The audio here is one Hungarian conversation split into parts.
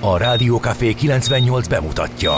A Rádiókafé 98 bemutatja.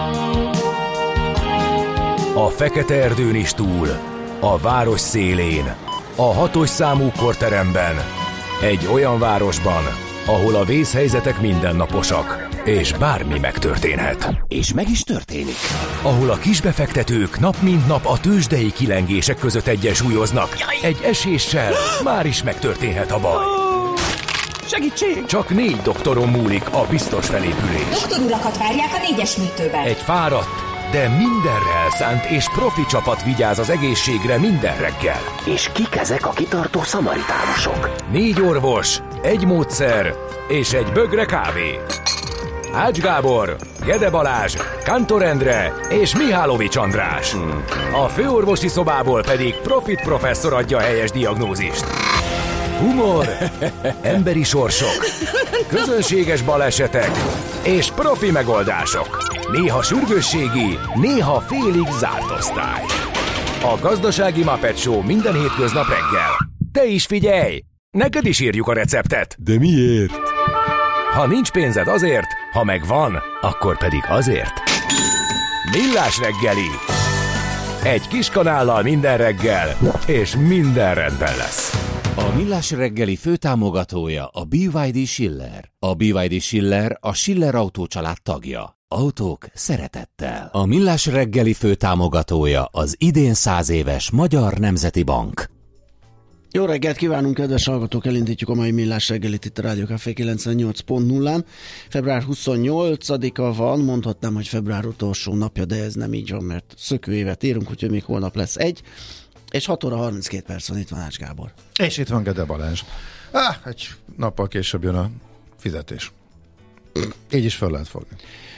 A fekete erdőn is túl, a város szélén, a 6-os számú korteremben, egy olyan városban, ahol a vészhelyzetek mindennaposak, és bármi megtörténhet. És meg is történik. Ahol a kisbefektetők nap mint nap a tőzsdei kilengések között egyensúlyoznak. Egy eséssel már is megtörténhet a baj. Segítség! Csak 4 doktoron múlik a biztos felépülés. Doktorulakat várják a 4-es műtőben. Egy fáradt, de mindenre elszánt és profi csapat vigyáz az egészségre minden reggel. És kik ezek a kitartó szamaritánusok? 4 orvos, egy módszer és egy bögre kávé. Ács Gábor, Gede Balázs, Kántor Endre és Mihálovics András. A főorvosi szobából pedig Profit professzor adja a helyes diagnózist. Humor, emberi sorsok, közönséges balesetek és profi megoldások. Néha sürgősségi, néha félig zárt osztály. A Gazdasági Muppet Show minden hétköznap reggel. Te is figyelj! Neked is írjuk a receptet. De miért? Ha nincs pénzed azért, ha megvan, akkor pedig azért. Millás reggeli. Egy kis kanállal minden reggel, és minden rendben lesz. A Millás reggeli főtámogatója a BYD Schiller. A BYD Schiller a Schiller Autó család tagja. Autók szeretettel. A Millás reggeli főtámogatója az idén 100 éves Magyar Nemzeti Bank. Jó reggelt kívánunk, kedves hallgatók! Elindítjuk a mai Millás reggelit itt a Rádiókafé 98.0-án. Február 28-a van, mondhatnám, hogy február utolsó napja, de ez nem így van, mert szökőévet írunk, úgyhogy még holnap lesz egy. És 6 óra 32 perc van, itt van Ács Gábor. És itt van Gede Balázs. Egy nappal később jön a fizetés. Így is föl lehet fogni.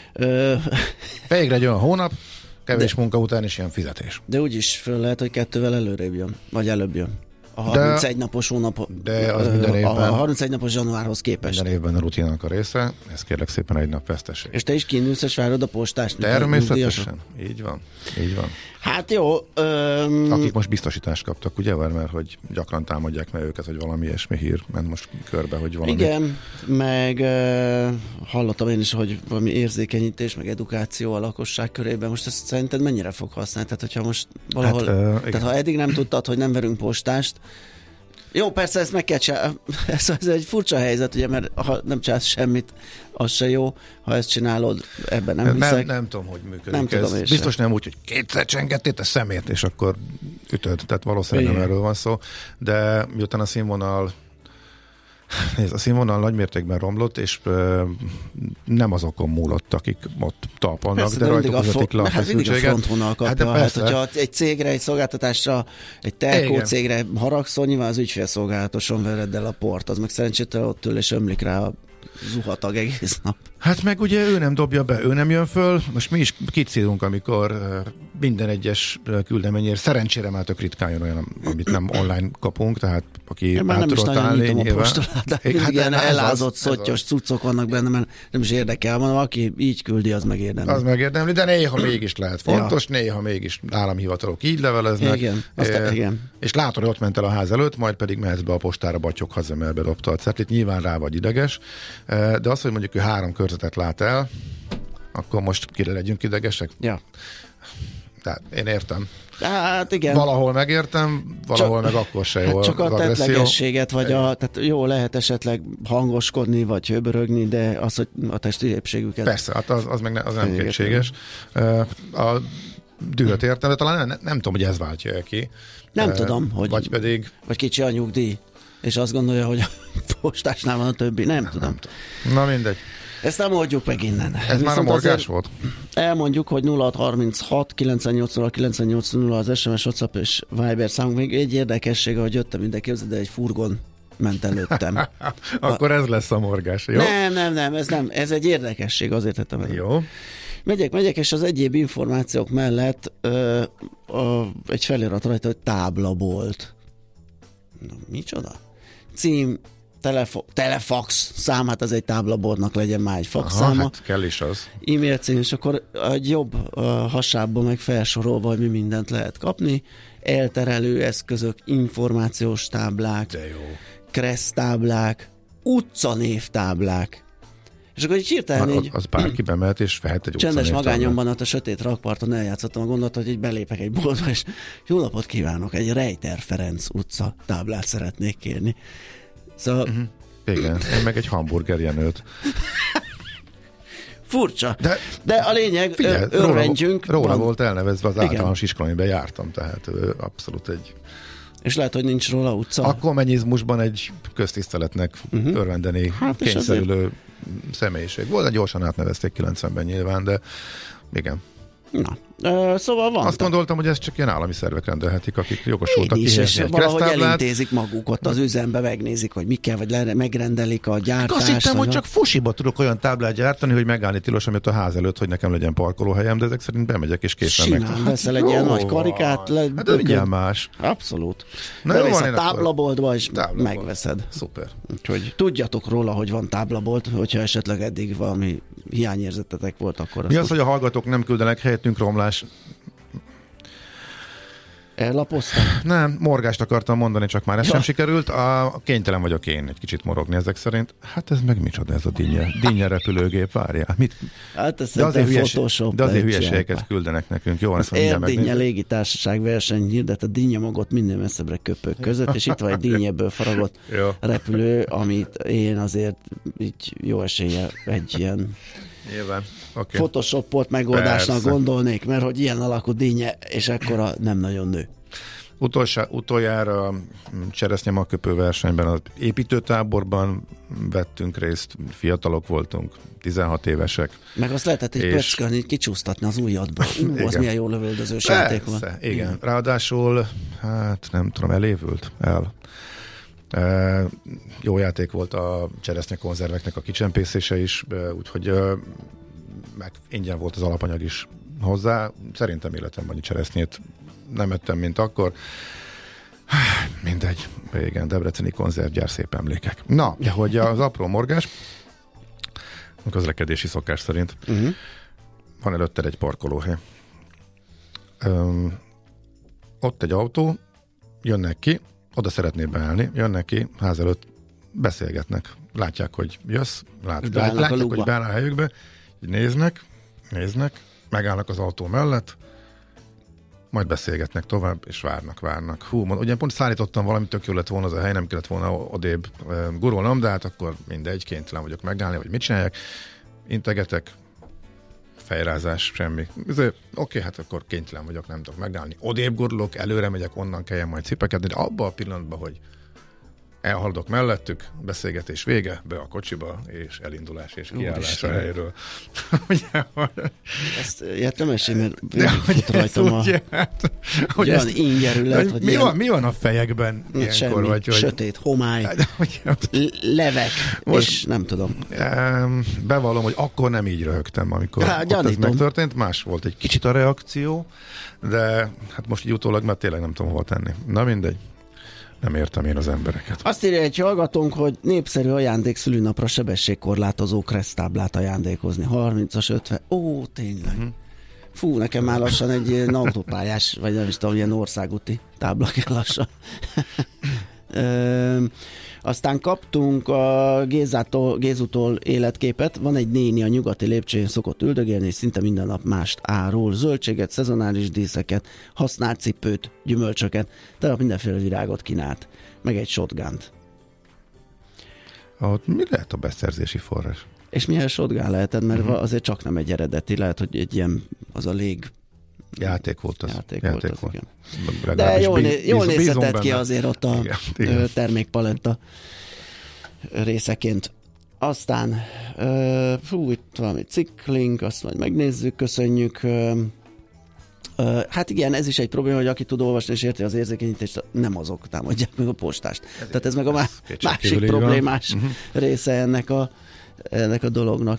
Végre egy olyan hónap, kevés munka után is ilyen fizetés. De úgyis föl lehet, hogy 2-vel előrébb jön, vagy előbb jön. A 31 napos hónap, de az minden évben, a 31 napos januárhoz képest. Minden évben a rutinnak a része, ez kérlek szépen egy nap veszteség. És te is kiindulsz és várod a postást? Természetesen, így van, így van. Hát jó. Akik most biztosítást kaptak, ugye, mert hogy gyakran támadják meg őket, hogy valami ilyesmi hír ment most körbe, hogy valami... Igen, meg hallottam én is, hogy valami érzékenyítés, meg edukáció a lakosság körében. Most ezt szerinted mennyire fog használni? Tehát, hogyha most valahol... tehát, ha eddig nem tudtad, hogy nem verünk postást, jó, persze ezt meg kell csinálni. Ez egy furcsa helyzet, ugye, mert ha nem csinálsz semmit, az se jó. Ha ezt csinálod, ebben nem hiszek. Nem tudom, hogy működik. Nem tudom ez biztos nem úgy, hogy kétszer csengettél a szemét, és akkor ütöd. Tehát valószínűleg nem erről van szó. De miután a színvonal nagy mértékben romlott, és nem azokon múlott, akik ott talpalnak, persze, de rajtuk vezetik le a mindig a frontvonal kapja. Hát, hogyha egy cégre, egy szolgáltatásra, egy telkó cégre haragszol, nyilván az ügyfélszolgálatoson vered el a port, az meg szerencsétlen ott ül és ömlik rá a zuhatag egész nap. Hát meg ugye ő nem dobja be, ő nem jön föl. Most mi is kicélunk, amikor minden egyes küldeményért szerencsére már tök ritkán jön olyan, amit nem online kapunk, tehát aki át tudott állni nyilván. Hát ilyen elázott, szottyos cuccok vannak benne, mert nem is érdekel, mondom, aki így küldi, az megérdemli. Az megérdemli, de néha mégis lehet fontos, néha mégis államhivatalok így leveleznek. Igen. És látod, hogy ott ment el a ház előtt, majd pedig mehetsz be a postára batyog haza, mert bedobta a cetlit. Nyilván rá vagy ideges, de az, hogy mondjuk ő 3 körzetet lát el, akkor most kire legyünk idegesek? Ja. Tehát én értem. Hát igen. Valahol megértem, valahol meg akkor se jó. Csak a tettlegességet, tehát jó lehet esetleg hangoskodni, vagy höbörögni, de az, hogy a testi épségüket... Persze, hát az meg az nem kétséges. A dühöt értem, de talán nem tudom, hogy ez váltja ki. Nem tudom, hogy... Vagy pedig... Vagy kicsi a nyugdíj, és azt gondolja, hogy a postásnál van a többi. Nem tudom. Na mindegy. Ezt nem oldjuk meg innen. Ez már a morgás volt? Elmondjuk, hogy 0636 980 980 az SMS, WhatsApp és Viber számunk. Még egy érdekessége, hogy jöttem ide, képzeld, de egy furgon ment előttem. Akkor ez lesz a morgás, jó? Nem, ez nem. Ez egy érdekesség, azért tettem el. Jó. Megyek, és az egyéb információk mellett egy felirat rajta, hogy táblabolt. Micsoda? Cím, telefax szám, hát az egy táblabornak legyen már egy fax száma. Hát kell is az. E-mail cím, és akkor egy jobb hasábban meg felsorolva, hogy mi mindent lehet kapni. Elterelő eszközök, információs táblák, kressztáblák, utcanévtáblák, És akkor így hirtelen így... Az bárki bemehet, és vehet egy csendes magányomban ott a sötét rakparton eljátszottam a gondolatot, hogy így belépek egy boltba, és jó napot kívánok, egy Rejter Ferenc utca táblát szeretnék kérni. Szóval... Igen, meg egy hamburger Jenőt. Furcsa. De a lényeg, örvendjünk. Róla volt elnevezve az általános iskola, amiben jártam, tehát abszolút egy... És lehet, hogy nincs róla utca. A kommunizmusban egy köztiszteletnek örvendeni kényszerülő személyiség. Volt, de gyorsan átnevezték 90-ben nyilván, de igen. Na, szóval van. Azt gondoltam, hogy ezt csak ilyen állami szervek rendelhetik, akik jogosultak kihelyezni egy valahogy elintézik magukat az üzembe, megnézik, hogy mi kell, vagy megrendelik a gyártást. Azt hittem, hogy csak fosiba tudok olyan táblát gyártani, hogy megállni tilos, amit a ház előtt, hogy nekem legyen parkolóhelyem, de ezek szerint bemegyek és készen meg. Simán veszel egy ilyen nagy karikát. Hát ez ilyen más. Abszolút. Bemész a táblaboltba, és megveszed. Szuper. Úgyhogy tudjatok róla, hogy van táblabolt, hogyha esetleg eddig valami hiányérzetetek volt, akkor... Mi az, hogy a hallgatók nem küldenek helyettünk romlás? Ellapoztam? Nem, morgást akartam mondani, csak már ez sem sikerült. Kénytelen vagyok én egy kicsit morogni ezek szerint. Hát ez meg micsoda ez a dinnye repülőgép, várjál. Mit? Hát ez de azért hülyeségeket küldenek nekünk. Jó, az Erdénye légitársaság verseny hirdet a dinnyemogot minden messzebbre köpők között, és itt van egy dinnyeből faragott repülő, amit én azért így jó eséllyel egy ilyen photoshopolt megoldásnak gondolnék, mert hogy ilyen alakú dinnye, és ekkora nem nagyon nő. Utoljára cseresznyemakköpő versenyben az építőtáborban vettünk részt, fiatalok voltunk, 16 évesek. Meg azt lehetett egy pöckölni, kicsúsztatni az ujjadba. Az milyen jó lövöldözős játék van. Igen. Ráadásul, hát nem tudom, elévült el. Jó játék volt a cseresznyekonzerveknek a kicsempészése is, úgyhogy meg ingyen volt az alapanyag is hozzá. Szerintem életemben annyi cseresznyét nem ettem, mint akkor. Mindegy. Igen, debreceni konzervgyár, szép emlékek. Na, hogy az apró morgás, a közlekedési szokás szerint van előtted egy parkolóhely. Ott egy autó, jönnek ki, oda szeretnél beállni, jönnek ki, ház előtt beszélgetnek. Látják, hogy jössz, látják, hogy beáll a helyükbe, néznek, megállnak az autó mellett, majd beszélgetnek tovább, és várnak. Hú, ugye pont szállítottam valamit, tök jó lett volna az a hely, nem kellett volna odébb gurulnom, de hát akkor mindegy, kénytelen vagyok megállni, vagy mit csináljak. Integetek, fejrázás, semmi. Oké, hát akkor kénytelen vagyok, nem tudok megállni. Odébb gurulok, előre megyek, onnan kelljen majd cipekedni, de abban a pillanatban, hogy elhaladok mellettük, beszélgetés vége, be a kocsiba, és elindulás és kiállás a helyről. Ezt értem esély, mert fut rajtam olyan ingerület, hogy mi van a fejekben ilyenkor? Semmi, vagy, sötét, homály, levek, és nem tudom. Bevallom, hogy akkor nem így röhögtem, amikor ez megtörtént. Más volt egy kicsit a reakció, de hát most így utólag már tényleg nem tudom hova tenni. Na mindegy. Nem értem én az embereket. Azt írja egy hallgatónk, hogy népszerű ajándék szülőnapra sebességkorlátozó kressztáblát ajándékozni. 30-as, 50. Ó, tényleg. Fú, nekem már lassan egy autópályás, vagy nem is tudom, ilyen országúti tábla kell lassan. Aztán kaptunk a Gézutól életképet. Van egy néni a nyugati lépcsőjén szokott üldögélni, és szinte minden nap mást árul. Zöldséget, szezonális díszeket, használt cipőt, gyümölcsöket, tehát mindenféle virágot kínált. Meg egy shotgunt. Mi lehet a beszerzési forrás? És milyen shotgun lehetett, mert azért csak nem egy eredeti, lehet, hogy egy ilyen, az a játék volt az. Játék volt. Igen. De jól nézhetett ki azért ott a termékpaletta részeként. Aztán itt valami cikklink, azt majd megnézzük, köszönjük. Hát igen, ez is egy probléma, hogy aki tud olvasni és érti az érzékenyítést, nem azok támadják meg a postást. Tehát ez meg a másik problémás része ennek a dolognak.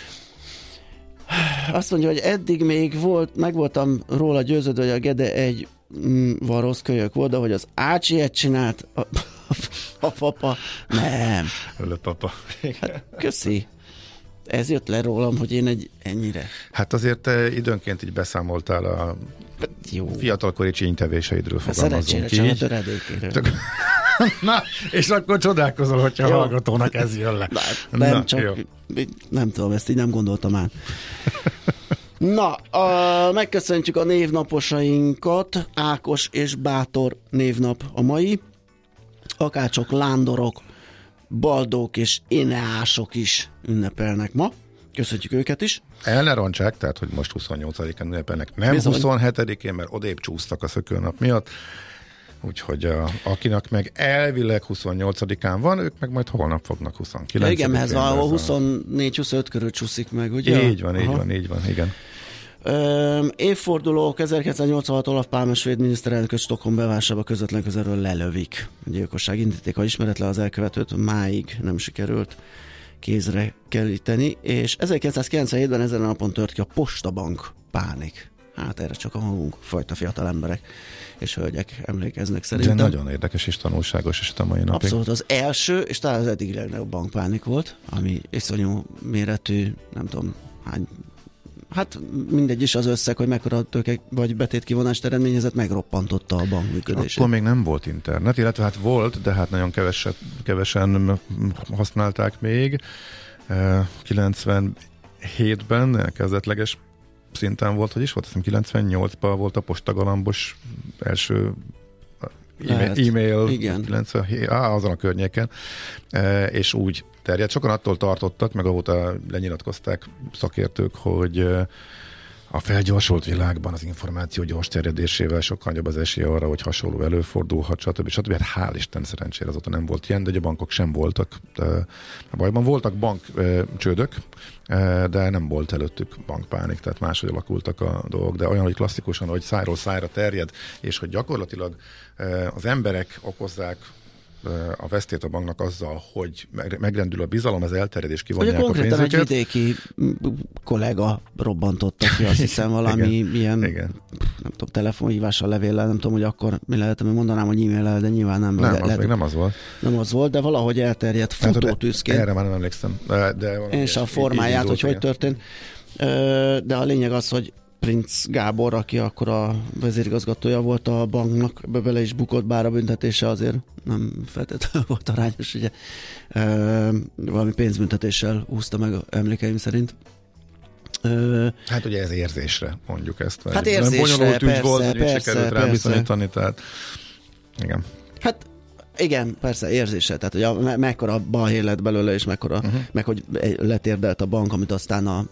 Azt mondja, hogy eddig még meg voltam róla győződve, hogy a Gede egy rossz kölyök volt, de hogy az Ácsi ilyet csinált, a papa nem. A papa. Hát, köszi. Ez jött le rólam, hogy én ennyire. Hát azért te időnként így beszámoltál a fiatalkori csínytevéseidről, fogalmazunk így. Szerencsére csak a töredékéről. Na, és akkor csodálkozol, hogyha a hallgatónak ez jön le. Nem, csak nem tudom, ezt így nem gondoltam át. Na, megköszöntjük a névnaposainkat. Ákos és Bátor névnap a mai. Akácsok, Lándorok, Baldók és Eneások is ünnepelnek ma. Köszöntjük őket is. El ne rontsák, tehát, hogy most 28-án ünnepelnek, nem bizony. 27-én, mert odébb csúsztak a szökőnap miatt. Úgyhogy akinek meg elvileg 28-án van, ők meg majd holnap fognak 29-én. Ja, igen, mert ez valahol 24-25 körül csúszik meg, ugye? Így van, igen. Évfordulók 1986 Olof Palme svéd miniszterelnököt Stockholm belvárosába közvetlen közelről lelövik. A gyilkosság indítéka ismeretlen, az elkövetőt máig nem sikerült kézre keríteni, és 1997-ben ezen a napon tört ki a Postabank pánik. Hát erre csak a magunk fajta fiatal emberek és hölgyek emlékeznek szerintem. De nagyon érdekes és tanulságos is a mai napig. Abszolút az első, és talán az eddig legnagyobb bankpánik volt, ami iszonyú méretű, nem tudom hány, hát mindegy is az összeg, hogy mekkora tőke vagy betétkivonást eredményezett, megroppantotta a bank működését. Akkor még nem volt internet, illetve hát volt, de hát nagyon kevesen használták még. 97-ben kezdetleges szinten volt, hogy is volt, azt hiszem 98-ban volt a postagalambos első e-mail, 97, azon a környéken, és úgy terjedt. Sokan attól tartottak, meg ahóta lenyilátkozták szakértők, hogy a felgyorsult világban az információ gyors terjedésével sokkal nagyobb az esély arra, hogy hasonló előfordulhat, stb. Hát hál' Isten szerencsére azóta nem volt ilyen, de a bankok sem voltak a bajban. Voltak bankcsődök, de nem volt előttük bankpánik, tehát máshogy alakultak a dolgok, de olyan, hogy klasszikusan, hogy szájról szájra terjed, és hogy gyakorlatilag az emberek okozzák a vesztét a banknak azzal, hogy megrendül a bizalom, az elterjed és kivonják a pénzüket. Konkrétan egy vidéki kollega robbantotta ki, azt hiszem valami ilyen, nem tudom, telefonhívással, levéllel, nem tudom, hogy akkor mi lehet, mert mondanám, hogy e-maillel, de nyilván nem. Nem, az még nem az volt. Nem az volt, de valahogy elterjedt futótűzként. Erre már nem emlékszem. És a formáját, hogy történt. De a lényeg az, hogy Princ Gábor, aki akkor a vezérigazgatója volt a banknak, bele is bukott, bár a büntetése azért nem feltétlenül volt arányos, ugye valami pénzbüntetéssel húzta meg emlékeim szerint. Hát ugye ez érzésre mondjuk ezt. Hát érzésre, persze, volt, sikerült rá bizonyítani, tehát igen. Hát igen, persze, érzése, tehát hogy mekkora balhé lett belőle, és mekkora, meg hogy letérdelt a bank, amit aztán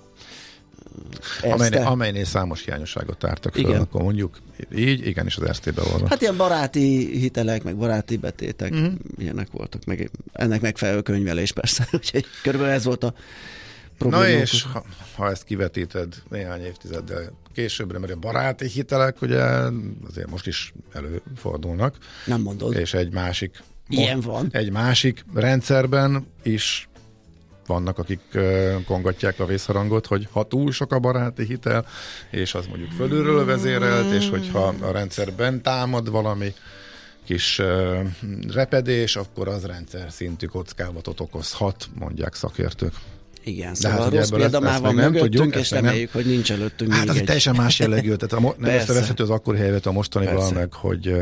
amelynél számos hiányosságot tártak fel, akkor mondjuk így, igenis az Erste-be volna. Hát ilyen baráti hitelek, meg baráti betétek, ilyenek voltak, meg ennek megfelelő könyvelés persze, úgyhogy körülbelül ez volt a probléma. Na és ha ezt kivetíted néhány évtizeddel későbbre, mert a baráti hitelek ugye azért most is előfordulnak. Nem mondod. És egy másik ilyen van. Egy másik rendszerben is vannak, akik kongatják a vészharangot, hogy ha túl sok a baráti hitel, és az mondjuk fölülről vezérelt, és hogyha a rendszerben támad valami kis repedés, akkor az rendszer szintű kockázatot okozhat, mondják szakértők. Igen, szóval hát, rossz példa már van mögöttünk, és reméljük, hogy nincs előttünk hát még egy. Teljesen más jellegű, tehát nem összevethető az akkori helyet a mostanival, meg hogy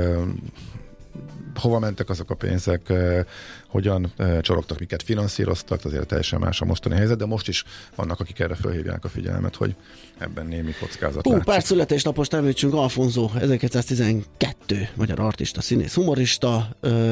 hova mentek azok a pénzek, hogyan csorogtak, miket finanszíroztak, azért teljesen más a mostani helyzet, de most is vannak, akik erre felhívják a figyelmet, hogy ebben némi kockázat látszik. Pár születésnapost említsünk, Alfonso 1912, magyar artista, színész, humorista,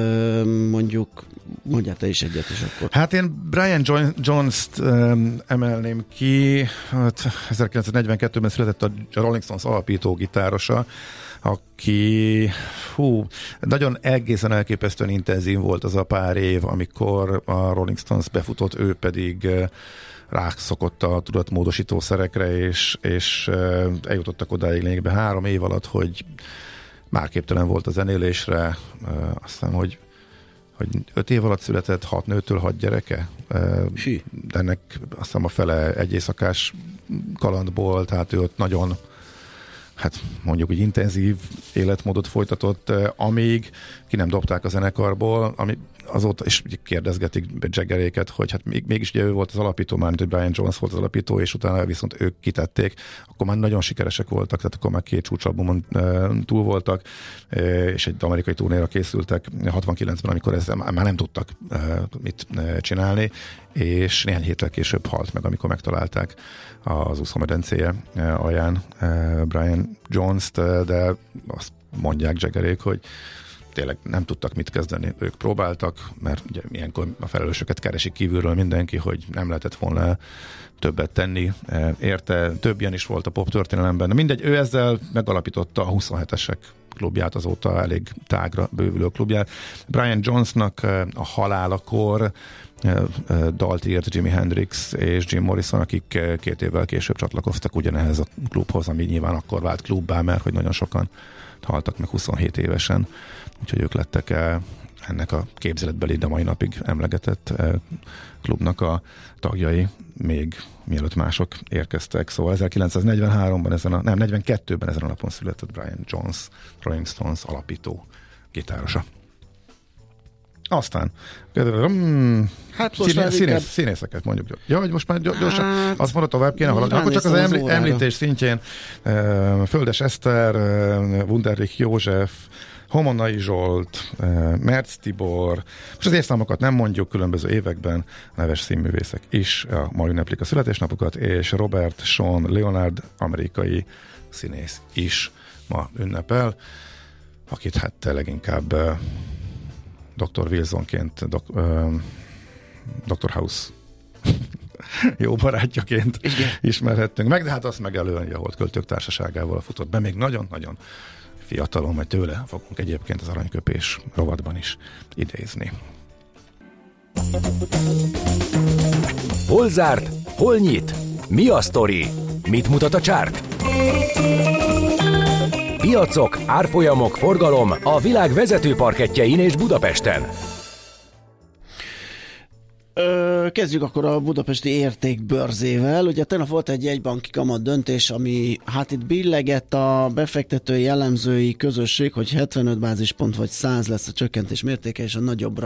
mondjál te is egyet, és akkor. Hát én Brian Jones-t emelném ki, 1942-ben született a Rolling Stones alapító gitárosa, aki nagyon egészen elképesztően intenzív volt az a pár év, amikor a Rolling Stones befutott, ő pedig rászokott a tudatmódosító szerekre, és eljutottak odáig lényegben 3 év alatt, hogy már képtelen volt a zenélésre, aztán, hogy 5 év alatt született 6 nőtől 6 gyereke. De ennek azt hiszem a fele egy éjszakás kalandból, tehát ő ott nagyon mondjuk úgy intenzív életmódot folytatott, amíg ki nem dobták a zenekarból, ami azóta is kérdezgetik Jaggeréket, hogy hát mégis ugye ő volt az alapító, már mint Brian Jones volt az alapító, és utána viszont ők kitették, akkor már nagyon sikeresek voltak, tehát akkor már 2 csúcsalbumon túl voltak, és egy amerikai turnéra készültek 69-ben, amikor ezzel már nem tudtak mit csinálni, és néhány héttel később halt meg, amikor megtalálták az úszómedencéje alján Brian Jones-t, de azt mondják Jaggerék, hogy tényleg nem tudtak mit kezdeni. Ők próbáltak, mert ugye ilyenkor a felelősöket keresik kívülről mindenki, hogy nem lehetett volna többet tenni. Érte, több ilyen is volt a pop történelemben. Mindegy, ő ezzel megalapította a 27-esek klubját, azóta elég tágra bővülő klubját. Brian Jonesnak a halálakor dalt írt Jimi Hendrix és Jim Morrison, akik 2 évvel később csatlakoztak ugyanehhez a klubhoz, ami nyilván akkor vált klubbá, mert hogy nagyon sokan haltak meg 27 évesen, úgyhogy ők lettek ennek a képzeletbeli, de mai napig emlegetett klubnak a tagjai, még mielőtt mások érkeztek. Szóval 1943-ban 42-ben ezen a napon született Brian Jones, Rolling Stones alapító gitárosa. Aztán hát színészeket mondjuk. Ja, hogy most már gyorsan azt mondod, tovább kéne haladni. Akkor csak az említés szintjén Földes Eszter, Wunderlich József, Homonnai Zsolt, Merc Tibor, most az évszámokat nem mondjuk, különböző években neves színművészek is ma ünneplik a születésnapokat, és Robert Sean Leonard, amerikai színész is ma ünnepel, akit hát leginkább Dr. Wilsonként, Dr. House jó barátjaként ismerhettünk meg, de hát azt megelően a Holt Költők Társaságával futott be, még nagyon-nagyon fiatalon, majd tőle fogunk egyébként az aranyköpés rovatban is idézni. Hol zárt? Hol nyit? Mi a sztori? Mit mutat a csárt? Piacok, árfolyamok, forgalom a világ vezető parkettjein és Budapesten. Kezdjük akkor a budapesti értékbörzével. Ugye tegnap volt egy jegybanki kamat döntés, ami hát itt billegett a befektetői jellemzői közösség, hogy 75 bázispont vagy 100 lesz a csökkentés mértéke, és a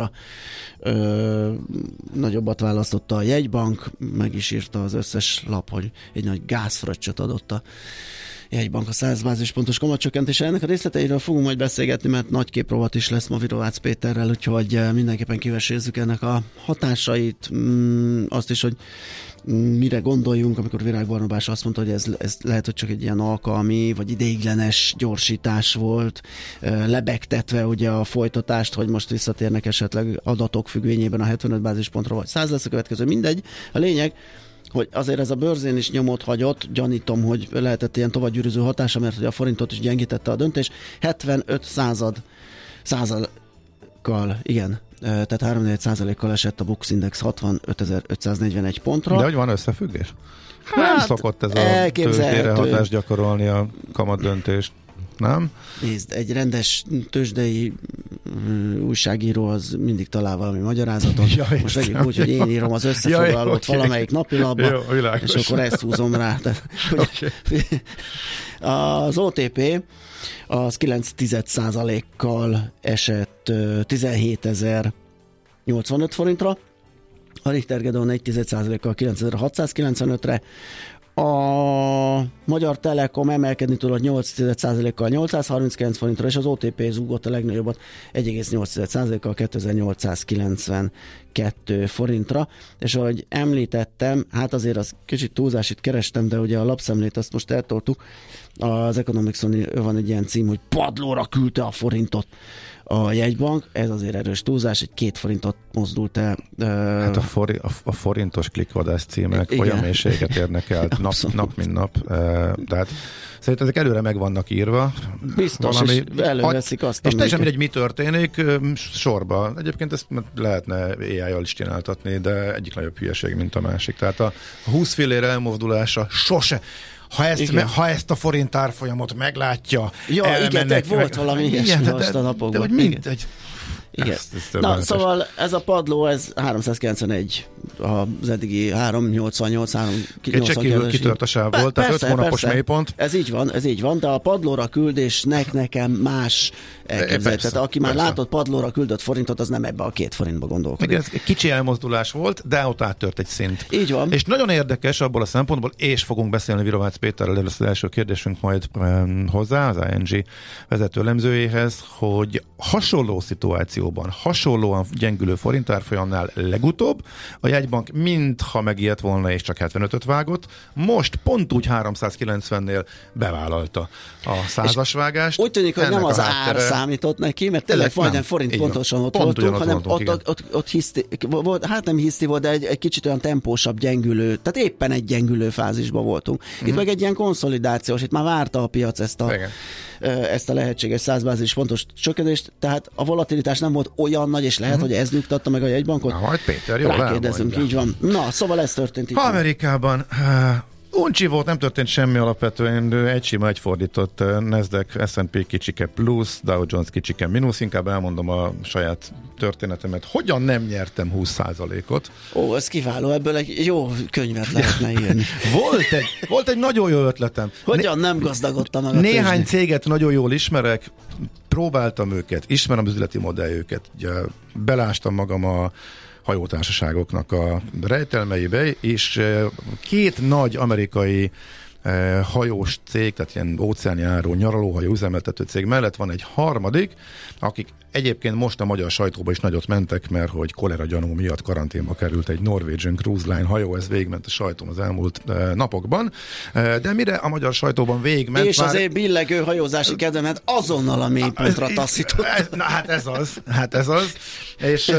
nagyobbat választotta a jegybank, meg is írta az összes lap, hogy egy nagy gázfröccsöt adott a jegybank a 100 bázispontos kamatcsökkentése. Ennek a részleteiről fogunk majd beszélgetni, mert nagy képrovat is lesz ma Virovácz Péterrel, úgyhogy mindenképpen kivesézzük ennek a hatásait, azt is, hogy mire gondoljunk, amikor Virág Barnabás azt mondta, hogy ez lehet, hogy csak egy ilyen alkalmi, vagy ideiglenes gyorsítás volt, lebegtetve ugye a folytatást, hogy most visszatérnek esetleg adatok függvényében a 75 bázispontra, vagy 100 lesz a következő, mindegy. A lényeg, hogy azért ez a bőrzén is nyomot hagyott, gyanítom, hogy lehetett ilyen továbbgyűrűző hatása, mert hogy a forintot is gyengítette a döntés. 75 százalékkal, igen, tehát 3,4%-kal esett a Bux Index 65.541 pontra. De hogy van összefüggés? Hát, nem szokott ez a tőzsdére hatást gyakorolni a kamat döntést. Nem? Nézd, egy rendes tőzsdei újságíró az mindig talál valami magyarázatot. Ja, most vegyük úgy, hogy én írom az összefoglalót valamelyik napilapba, és akkor ezt húzom rá. Tehát, az OTP az 9,1%-kal esett 17.085 forintra, a Richter Gedeon 1,1%-kal 9.695-re, a Magyar Telekom emelkedni tudott 8,1%-kal 839 forintra, és az OTP zúgott a legnagyobbat 1,8%-kal 2892 forintra, és ahogy említettem, hát azért az kicsit túlzás, itt kerestem, de ugye a lapszemlét azt most eltoltuk, az Economics-on van egy ilyen cím, hogy padlóra küldte a forintot a jegybank, ez azért erős túlzás, egy 2 forintot mozdult el. Hát a forintos klikvadász címek olyan mélységet érnek el nap mint nap, de hát szerintem ezek előre meg vannak írva. Biztos, valami, és előveszik azt. És teljesen mindegy, mi történik sorba. Egyébként ezt lehetne AI-jal is csináltatni, de egyik nagyobb hülyeség, mint a másik. Tehát a 20 fillér elmozdulása sose. Ha ezt a forint árfolyamot meglátja, ja, igen, volt valami ilyesmi most a napokban. De hogy mindegy. Igen. Na, szóval ez a padló, ez 391 az eddigi 388, 392. Kitört a sáv volt, tehát 5 hónapos mélypont. Ez így van, de a padlóra küldésnek nekem más elképzelés. Tehát aki már látott padlóra küldött forintot, az nem ebbe a 2 forintba gondolkodik. Ez kicsi elmozdulás volt, de ott áttört egy szint. Így van. És nagyon érdekes abból a szempontból, és fogunk beszélni Virovácz Péterrel, de lesz az első kérdésünk majd hozzá, az ING vezető elemzőjéhez, hogy hasonló szituációban, hasonlóan gyengülő forintárfolyamnál legutóbb a jegybank mintha megijedt volna és csak 75-öt vágott, most pont úgy 390-nél bevállalta a százasvágást. Úgy tűnik, hogy nem az ár számított neki, mert tényleg majdnem forint pontosan ott voltunk, hanem ott hiszti volt, hát nem hiszti volt, de egy kicsit olyan tempósabb, gyengülő, tehát éppen egy gyengülő fázisban voltunk. Itt meg egy ilyen konszolidációs, itt már várta a piac ezt a lehetséges 100 bázis pontos csökkenést, tehát a volatilitás nem volt olyan nagy, és lehet, hogy ez nyugtatta meg a jegybankot. Na, majd Péter, jól rákérdezünk, így van. Na, szóval ez történt itt. Amerikában uncsi volt, nem történt semmi alapvetően, egy sima egyfordított Nasdaq, S&P kicsike plusz, Dow Jones kicsike mínusz, inkább elmondom a saját történetemet. Hogyan nem nyertem 20%-ot? Ó, ez kiváló, ebből egy jó könyvet lehetne írni. Volt egy nagyon jó ötletem. Hogyan nem gazdagodtam meg a néhány céget nagyon jól ismerek, próbáltam őket, ismerem az üzleti modelljüket, belástam magam a hajótársaságoknak a rejtelmeibe, és 2 nagy amerikai hajós cég, tehát ilyen óceánjáró, nyaralóhajó üzemeltető cég mellett van egy harmadik, akik egyébként most a magyar sajtóba is nagyot mentek, mert hogy kolera gyanú miatt karanténba került egy Norwegian Cruise Line hajó, ez végigment a sajtón az elmúlt napokban, de mire a magyar sajtóban végigment... És az én billegő hajózási kedvemet azonnal a mélypontra taszított. Hát ez az. És...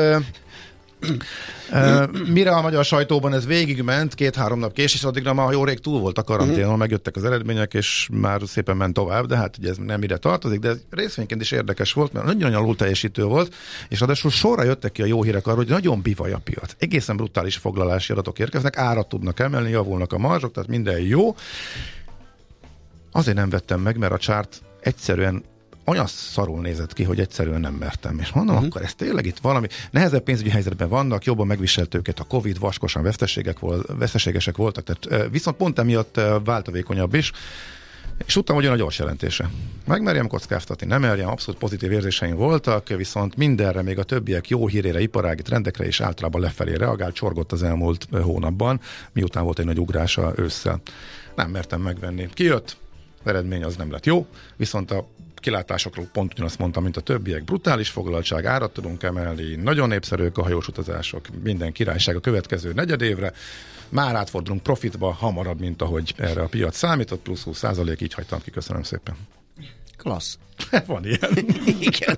mire a magyar sajtóban ez végigment 2-3 nap késés, addigra már jó rég túl volt a karanténon, megjöttek az eredmények, és már szépen ment tovább, de hát ugye ez nem ide tartozik, de ez részvényként is érdekes volt, mert nagyon alul teljesítő volt, és ráadásul sorra jöttek ki a jó hírek arra, hogy nagyon bivaj a piac. Egészen brutális foglalási adatok érkeznek, árat tudnak emelni, javulnak a marzsok, tehát minden jó. Azért nem vettem meg, mert a chart egyszerűen olyan szarul nézett ki, hogy egyszerűen nem mertem. És mondom, akkor ez tényleg itt valami nehezebb pénzügyi helyzetben vannak, jobban megviselt őket a Covid, vaskosan veszteségesek voltak, tehát viszont pont emiatt váltavékonyabb is, és tudtam, hogy jön a gyors jelentése. Megmerjem kockáztatni, nem merjem, abszolút pozitív érzéseim voltak, viszont mindenre, még a többiek jó hírére, iparági trendekre is általában lefelé reagált, csorgott az elmúlt hónapban, miután volt egy nagy ugrása ősszel. Nem mertem megvenni. Kijött, eredmény az nem lett jó, viszont a kilátásokról pont ugyanazt mondtam, mint a többiek. Brutális foglaltság, árat tudunk emelni, nagyon népszerűek a hajós utazások, minden királyság a következő negyedévre. Már átfordulunk profitba, hamarabb, mint ahogy erre a piac számított, plusz 20%, így hagytam ki, köszönöm szépen. Klassz. Van ilyen. Igen.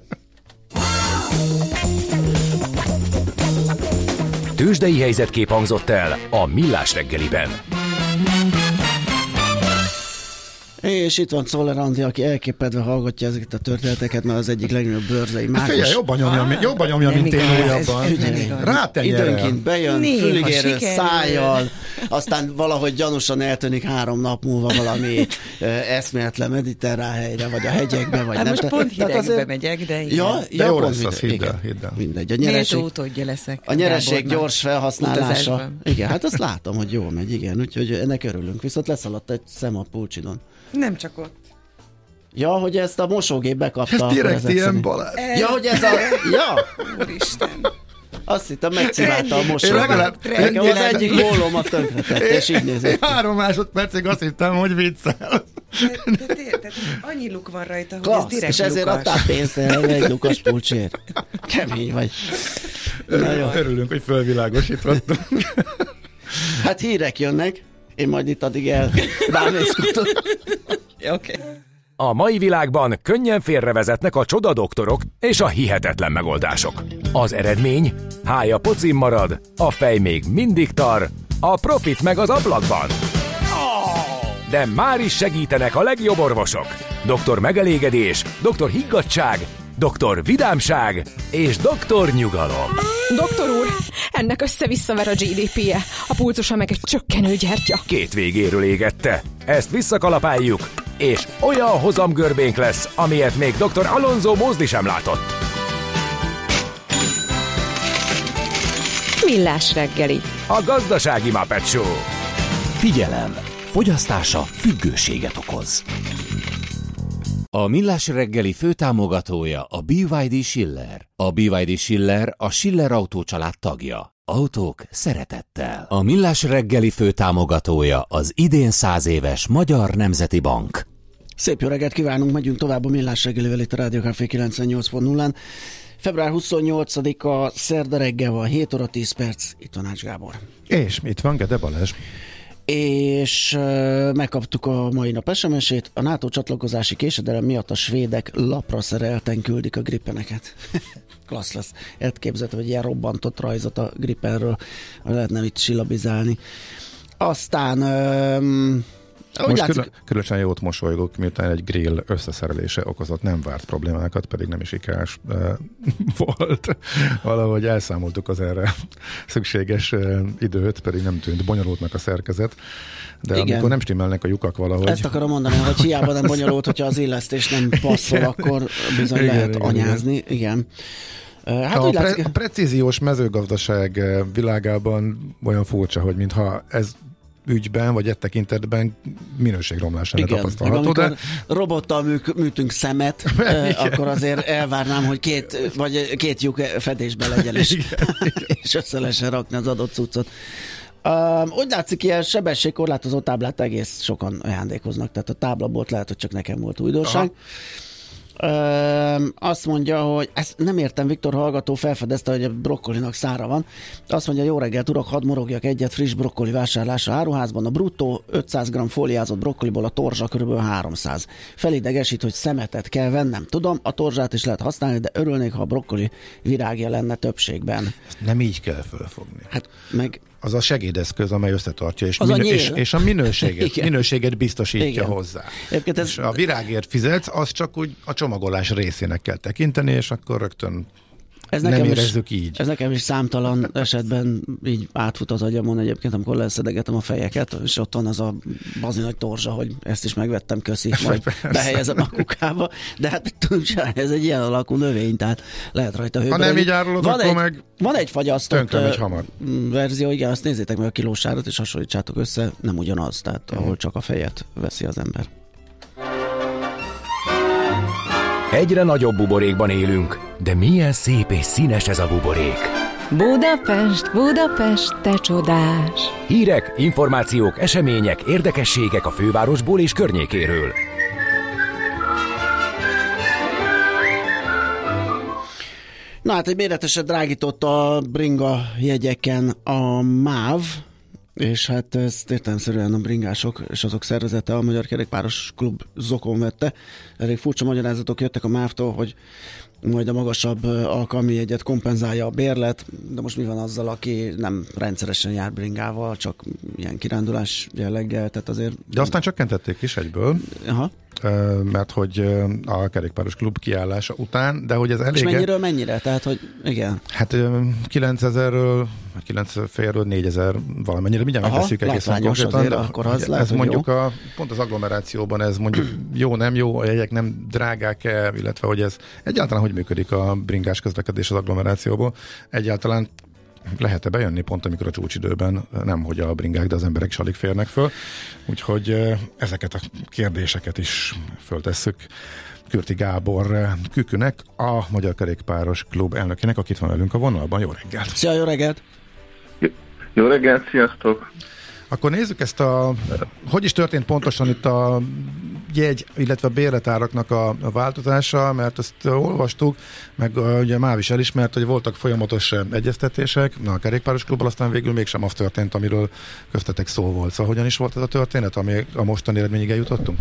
Tőzsdei helyzetkép hangzott el a Millás reggeliben. És itt van Czoller Andi, aki elképedve hallgatja ezeket a történeteket, mert az egyik legnagyobb bőrzei mágos. Figyelj, jobban nyomja, mint én újabban. Rátenyerel. Időnként bejön, füligérő szájjal, aztán valahogy gyanúsan eltűnik 3 nap múlva valami eszméletlen mediterrán helyre, vagy a hegyekbe, vagy hát nem. Most pont hidegbe megyek, de igen. De jó lesz az, hidd el. Mindegy. Miért utódja leszek? A nyereség gyors felhasználása. Igen, hát azt látom, hogy jól megy, igen, úgyhogy ennek örülünk. Viszont leszaladt egy szem a pulcsidon. Nem csak ott. Ja, hogy ezt a mosógép bekapta. Ez direkt ilyen Balázs. Ja, hogy ez a... Ja! Úristen. Azt hittem, megcsinálta a mosógép. Nekem az egyik bólomat tönkretett, és így nézett. 3 másodpercig azt hittem, hogy viccel. Tehát annyi luk van rajta, hogy ez direkt és ezért lukas. adtál pénzt egy lukas pulcsért. Kemény vagy. Örülünk, hogy fölvilágosítottunk. Hát hírek jönnek. Én majd itt addig bámészkodom. Oké. A mai világban könnyen félrevezetnek a csodadoktorok és a hihetetlen megoldások. Az eredmény? Hája pocim marad, a fej még mindig tar, a profit meg az ablakban. De már is segítenek a legjobb orvosok. Doktor Megelégedés, Doktor Higgadtság, Doktor Vidámság és Doktor Nyugalom. Doktor úr, ennek össze-visszaver a GDP-je, a pulzusa meg egy csökkenő gyertya. 2 végéről égette. Ezt visszakalapáljuk, és olyan hozamgörbénk lesz, amilyet még Dr. Alonso Mózdi sem látott. Millás reggeli, a gazdasági Muppet Show. Figyelem! Fogyasztása függőséget okoz. A Millás reggeli főtámogatója a BYD Schiller. A BYD Schiller a Schiller Autó család tagja. Autók szeretettel. A Millás reggeli főtámogatója az idén 100 éves Magyar Nemzeti Bank. Szép jó reggelt kívánunk, megyünk tovább a Millás reggelivel itt a Rádió Café 98.0-án. Február 28-a szerda reggel van, 7 óra 10 perc, itt van Ács Gábor. És itt van Gede Balázs. És megkaptuk a mai nap SMS-ét. A NATO csatlakozási késedelem miatt a svédek lapra szerelten küldik a Gripeneket. Klassz lesz. Elképzeltem, hogy ilyen robbantott rajzot a Gripenről lehetne itt silabizálni. Aztán most különösen jót mosolygok, miután egy grill összeszerelése okozott nem várt problémákat, pedig nem is ikás volt. Valahogy elszámoltuk az erre szükséges időt, pedig nem tűnt bonyolultnak a szerkezet. De igen, amikor nem stimmelnek a lyukak valahogy... Ezt akarom mondani, hogy hiába nem bonyolult, hogyha az illesztés nem passzol, akkor bizony igen, lehet anyázni. Igen. Hát a precíziós mezőgazdaság világában olyan furcsa, hogy mintha ez ügyben, vagy tekintetben minőségromlás lenne tapasztalható. De robottal műtünk szemet, akkor azért elvárnám, hogy két lyuk fedésben legyen, és össze lehessen rakni az adott cuccot. Úgy látszik, ilyen sebességkorlátozó táblát egész sokan ajándékoznak, tehát a táblabolt lehet, hogy csak nekem volt újdonság. Azt mondja, hogy ezt nem értem, Viktor hallgató felfedezte, hogy a brokkolinak szára van. Azt mondja, jó reggelt, urak, hadd morogjak egyet friss brokkoli vásárlásra áruházban. A bruttó 500 g fóliázott brokkoliból a torzsa kb. 300. Felidegesít, hogy szemetet kell vennem. Tudom, a torzsát is lehet használni, de örülnék, ha a brokkoli virágja lenne többségben. Ezt nem így kell fölfogni. Hát meg... Az a segédeszköz, amely összetartja, és a minőséget biztosítja igen. hozzá. És a virágért fizetsz, az csak úgy a csomagolás részének kell tekinteni, és akkor rögtön nem érezzük így. Ez nekem is számtalan esetben így átfut az agyamon egyébként, amikor leszedegetem a fejeket, és ott van az a bazi nagy torzsa, hogy ezt is megvettem, köszi, majd behelyezem a kukába. De hát tudom csinálni, ez egy ilyen alakú növény, tehát lehet rajta hőben. Ha nem így árulod, akkor meg van egy fagyasztott hamar verzió, igen, azt nézzétek meg a kilósárat, és hasonlítsátok össze, nem ugyanaz, tehát ahol csak a fejet veszi az ember. Egyre nagyobb buborékban élünk, de milyen szép és színes ez a buborék. Budapest, Budapest, te csodás! Hírek, információk, események, érdekességek a fővárosból és környékéről. Na hát egy méreteset drágított a bringa jegyeken a MÁV, és hát ezt értelemszerűen a bringások és azok szervezete, a Magyar Kerékpáros Klub zokon vette. Elég furcsa magyarázatok jöttek a MÁV-tól, hogy majd a magasabb alkalmi jegyet kompenzálja a bérlet, de most mi van azzal, aki nem rendszeresen jár bringával, csak ilyen kirándulás jelleggel, tehát azért... De aztán csökkentették is egyből. Aha. Mert hogy a Kerékpáros Klub kiállása után, de hogy ez elég... És mennyiről mennyire? Tehát, hogy igen. Hát 9000-ről, 9,5-ről 4000 valamennyire, mindjárt megveszünk egészen konkrétan. Akkor az lehet, ez mondjuk pont az agglomerációban ez mondjuk jó, nem jó, a jegyek nem drágák-e, illetve hogy ez egyáltalán hogy működik a bringás közlekedés az agglomerációból. Egyáltalán lehet-e bejönni pont, amikor a csúcsidőben nem, hogy a bringák, de az emberek is alig férnek föl. Úgyhogy ezeket a kérdéseket is föltesszük Kürti Gábor Kükünek, a Magyar Kerékpáros Klub elnökének, akit van velünk a vonalban. Jó reggelt! Szia, jó reggelt! Jó reggelt, sziasztok! Akkor nézzük ezt hogy is történt pontosan itt a jegy, illetve a bérletáraknak a változása, mert ezt olvastuk, meg ugye MÁV is elismert, hogy voltak folyamatos egyeztetések a Kerékpáros Klubbal, aztán végül mégsem az történt, amiről köztetek szó volt. Szóval hogyan is volt ez a történet, ami a mostani eredményig eljutottunk?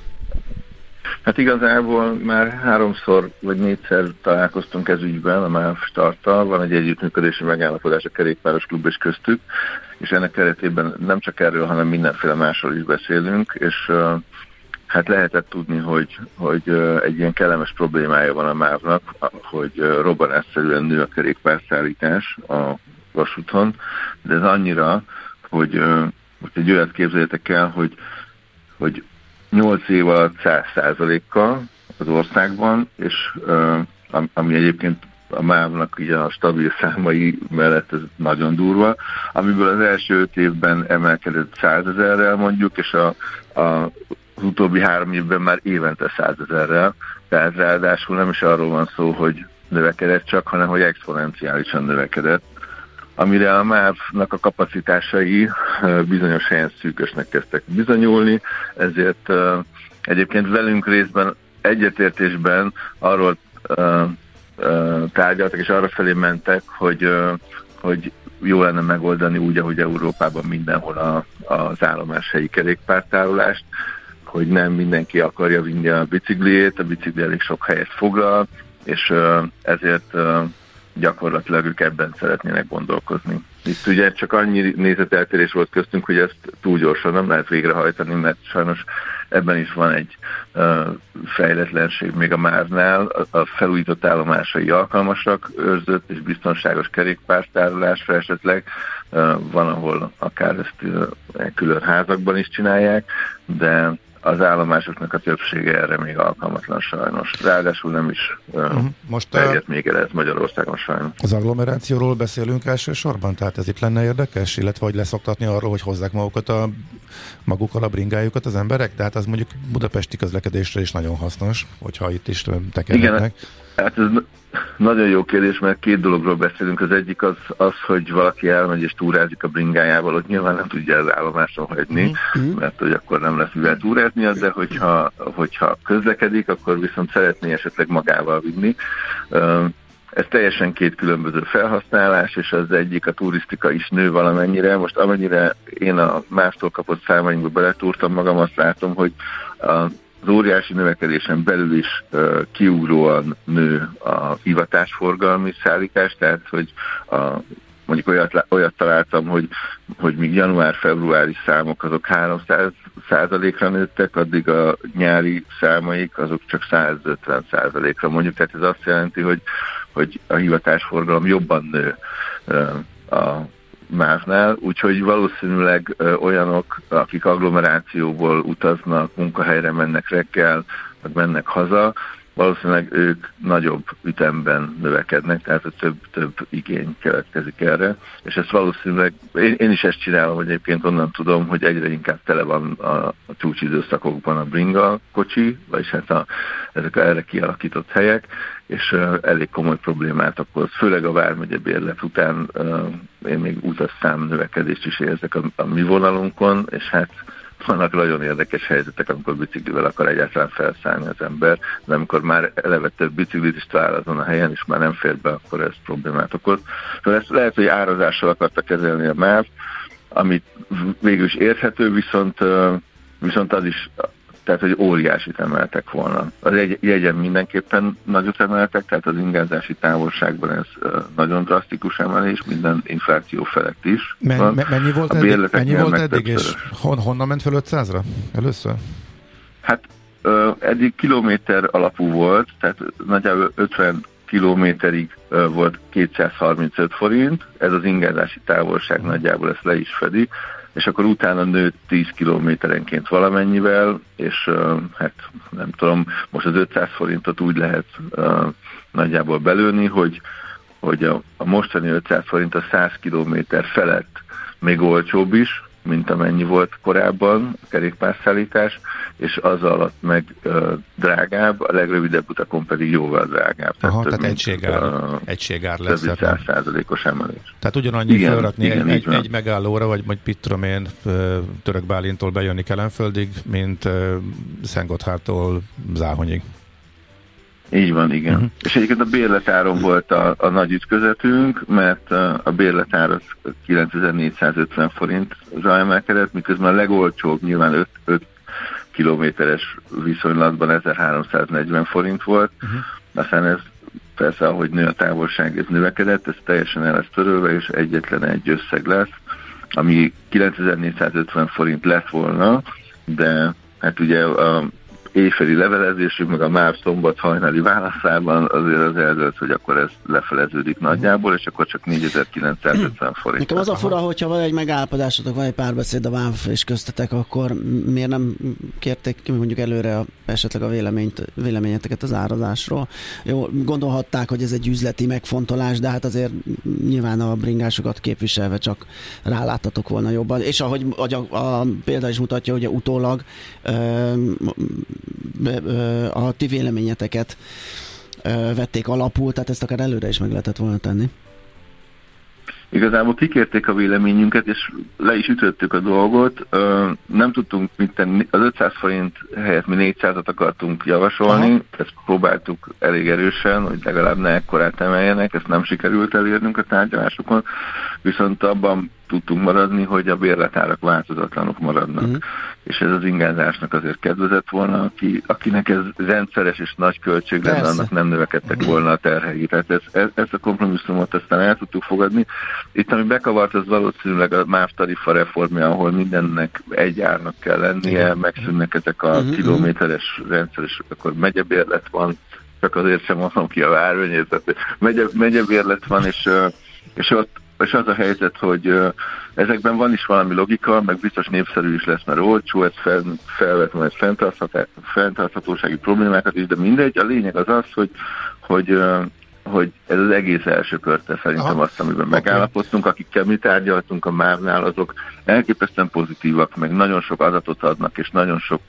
Hát igazából már 3-szor vagy 4-szer találkoztunk ez ügyben a MÁV starttal, van egy együttműködési megállapodás a Kerékpáros Klub és köztük, és ennek keretében nem csak erről, hanem mindenféle másról is beszélünk, és hát lehetett tudni, hogy egy ilyen kellemes problémája van a MÁV-nak, hogy robbanásszerűen nő a kerékpárszállítás a vasúton, de ez annyira, hogy egy olyat képzeljétek el, hogy 8 év alatt 100%-kal az országban, és ami egyébként a MÁV-nak ugye a stabil számai mellett ez nagyon durva, amiből az első 5 évben emelkedett 100 000-rel mondjuk, és az utóbbi 3 évben már évente 100 000-rel, tehát ráadásul nem is arról van szó, hogy növekedett csak, hanem hogy exponenciálisan növekedett, amire a MÁV-nak a kapacitásai bizonyos helyen szűkösnek kezdtek bizonyulni, ezért egyébként velünk részben egyetértésben arról tárgyaltak, és arra felé mentek, hogy jó lenne megoldani úgy, ahogy Európában mindenhol az állomáshelyi kerékpártárolást, hogy nem mindenki akarja vinni a bicikliét, a bicikli elég sok helyet foglal, és ezért gyakorlatilag ők ebben szeretnének gondolkozni. Itt ugye csak annyi nézeteltérés volt köztünk, hogy ezt túl gyorsan nem lehet végrehajtani, mert sajnos ebben is van egy fejletlenség még a MÁV-nál. A felújított állomásai alkalmasak őrzött és biztonságos kerékpártárolásra esetleg. Van, ahol akár ezt külön házakban is csinálják, de az állomásoknak a többsége erre még alkalmatlan sajnos. Ráadásul nem is terjedt még el ez Magyarországon sajnos. Az agglomerációról beszélünk elsősorban? Tehát ez itt lenne érdekes? Illetve hogy leszoktatni arról, hogy hozzák magukkal a bringájukat az emberek? De hát az mondjuk budapesti közlekedésre is nagyon hasznos, hogyha itt is tekerhetnek. Igen, hát ez nagyon jó kérdés, mert 2 dologról beszélünk. Az egyik az, hogy valaki elmegy és túrázik a bringájával, hogy nyilván nem tudja az állomáson hagyni, mert hogy akkor nem lesz mivel túráznia, de hogyha közlekedik, akkor viszont szeretné esetleg magával vinni. Ez teljesen 2 különböző felhasználás, és az egyik, a turisztika is nő valamennyire. Most amennyire én a mástól kapott számainkba beletúrtam magam, azt látom, hogy az óriási növekedésen belül is kiugróan nő a hivatásforgalmi szállítás, tehát hogy mondjuk olyat találtam, hogy míg január-februári számok azok 300%-ra nőttek, addig a nyári számaik azok csak 150%-ra mondjuk, tehát ez azt jelenti, hogy a hivatásforgalom jobban nő a MÁV-nál, úgyhogy valószínűleg olyanok, akik agglomerációból utaznak, munkahelyre mennek reggel, vagy mennek haza, valószínűleg ők nagyobb ütemben növekednek, tehát több igény keletkezik erre, és ezt valószínűleg, én is ezt csinálom, hogy egyébként onnan tudom, hogy egyre inkább tele van a csúcsidőszakokban a bringa kocsi, vagyis hát ezek erre kialakított helyek, és elég komoly problémát okoz, főleg a Vármegye bérlet után én még utasszám növekedést is érzek a mi vonalunkon, és hát vannak nagyon érdekes helyzetek, amikor biciklivel akar egyáltalán felszállni az ember, de amikor már eleve több biciklit is talál azon a helyen, és már nem fér be, akkor ez problémát okoz. Szóval ezt lehet, hogy árazással akarta kezelni a MÁV, amit végül is érthető, viszont az is, tehát hogy óriásit emeltek volna. Az jegyen mindenképpen nagyot emeltek, tehát az ingázási távolságban ez nagyon drasztikus emelés, minden infláció felett is. Mennyi volt eddig és honnan ment fel 500-ra először? Hát eddig kilométer alapú volt, tehát nagyjából 50 kilométerig volt 235 forint, ez az ingázási távolság nagyjából ezt le is fedi, és akkor utána nőtt 10 kilométerenként valamennyivel, és hát nem tudom, most az 500 forintot úgy lehet nagyjából belőni, hogy a mostani 500 forint a 100 kilométer felett még olcsóbb is, mint amennyi volt korábban a kerékpárszállítás, és az alatt meg drágább, a legrövidebb utakon pedig jóval drágább. Aha, tehát egységár lesz. Ez 100%-os emelés. Tehát ugyanannyi felrakni egy megállóra, vagy mit tudom én, Török Bálintól bejönni Kelenföldig, mint Szentgotthártól Záhonyig. Így van, igen. Uh-huh. És egyébként a bérletáron volt a nagy ütközetünk, mert a bérletár az 9450 forintra emelkedett, miközben a legolcsóbb nyilván 5 kilométeres viszonylatban 1340 forint volt. Uh-huh. Aztán ez persze, ahogy nő a távolság, ez növekedett, ez teljesen el lesz törölve, és egyetlen egy összeg lesz, ami 9450 forint lett volna, de hát ugye éjféli levelezésünk, meg a MÁV szombat hajnali válaszában azért az eldőlt, hogy akkor ez lefeleződik nagyjából, és akkor csak 4950 forint. Nekem az a fura, hogyha van egy megállapodásotok, van egy párbeszéd a MÁV és köztetek, akkor miért nem kérték ki mondjuk előre esetleg a véleményeteket az árazásról? Jó, gondolhatták, hogy ez egy üzleti megfontolás, de hát azért nyilván a bringásokat képviselve csak ráláttatok volna jobban. És ahogy a példa is mutatja, hogy utólag a ti véleményeteket vették alapul, tehát ezt akár előre is meg lehetett volna tenni. Igazából kikérték a véleményünket, és le is ütöttük a dolgot. Nem tudtunk mit tenni. Az 500 forint helyett mi 400-at akartunk javasolni. Aha. Ezt próbáltuk elég erősen, hogy legalább ne ekkorát emeljenek. Ezt nem sikerült elérnünk a tárgyalásokon. Viszont abban tudtunk maradni, hogy a bérletárak változatlanok maradnak. És ez az ingázásnak azért kedvezett volna, akinek ez rendszeres és nagy költség lenne, annak nem növekedtek volna a terhei. Tehát ezt a kompromisszumot aztán el tudtuk fogadni. Itt, ami bekavart, az valószínűleg a MÁV tarifa reformja, ahol mindennek egy árnak kell lennie, megszűnnek ezek a kilométeres rendszeres, akkor megyebérlet van, csak azért sem mondom ki a várványét, tehát megyebérlet van, és az a helyzet, hogy ezekben van is valami logika, meg biztos népszerű is lesz, mert olcsó, ez felvet majd fenntarthatósági problémákat is, de mindegy, a lényeg az, hogy ez az egész első körte szerintem azt, amiben megállapodtunk, akikkel mi tárgyaltunk a MÁV-nál, azok elképesztően pozitívak, meg nagyon sok adatot adnak, és nagyon sok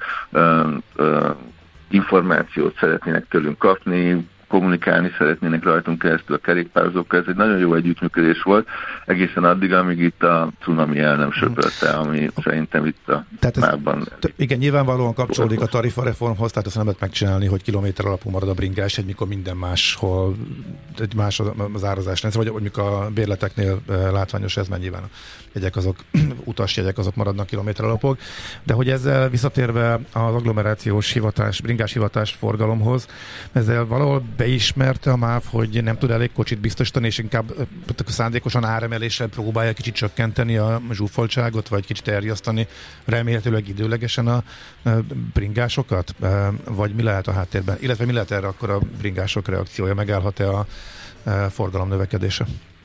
információt szeretnének tőlünk kapni, kommunikálni szeretnének rajtunk keresztül a kerékpározókkal. Ez egy nagyon jó együttműködés volt, egészen addig, amíg itt a cunami el nem söpörte, ami szerintem itt a MÁV-ban. Igen, nyilvánvalóan kapcsolódik a tarifareformhoz, tehát azt nem lehet megcsinálni, hogy kilométer alapú marad a bringás, mikor minden máshol más az árazás rendszer, vagy mikor a bérleteknél látványos ez, mert nyilván a jegyek azok, utasjegyek azok maradnak kilométer alapok. De hogy ezzel visszatérve az agglomerációs hivatás, bringás hivatás forgalomhoz, ezzel valahol beismerte a MÁV, hogy nem tud elég kocsit biztosítani, és inkább szándékosan áremeléssel próbálja kicsit csökkenteni a zsúfoltságot, vagy kicsit elriasztani remélhetőleg időlegesen a bringásokat? Vagy mi lehet a háttérben? Illetve mi lehet erre akkor a bringások reakciója? Megállhat-e a forgalom növekedése?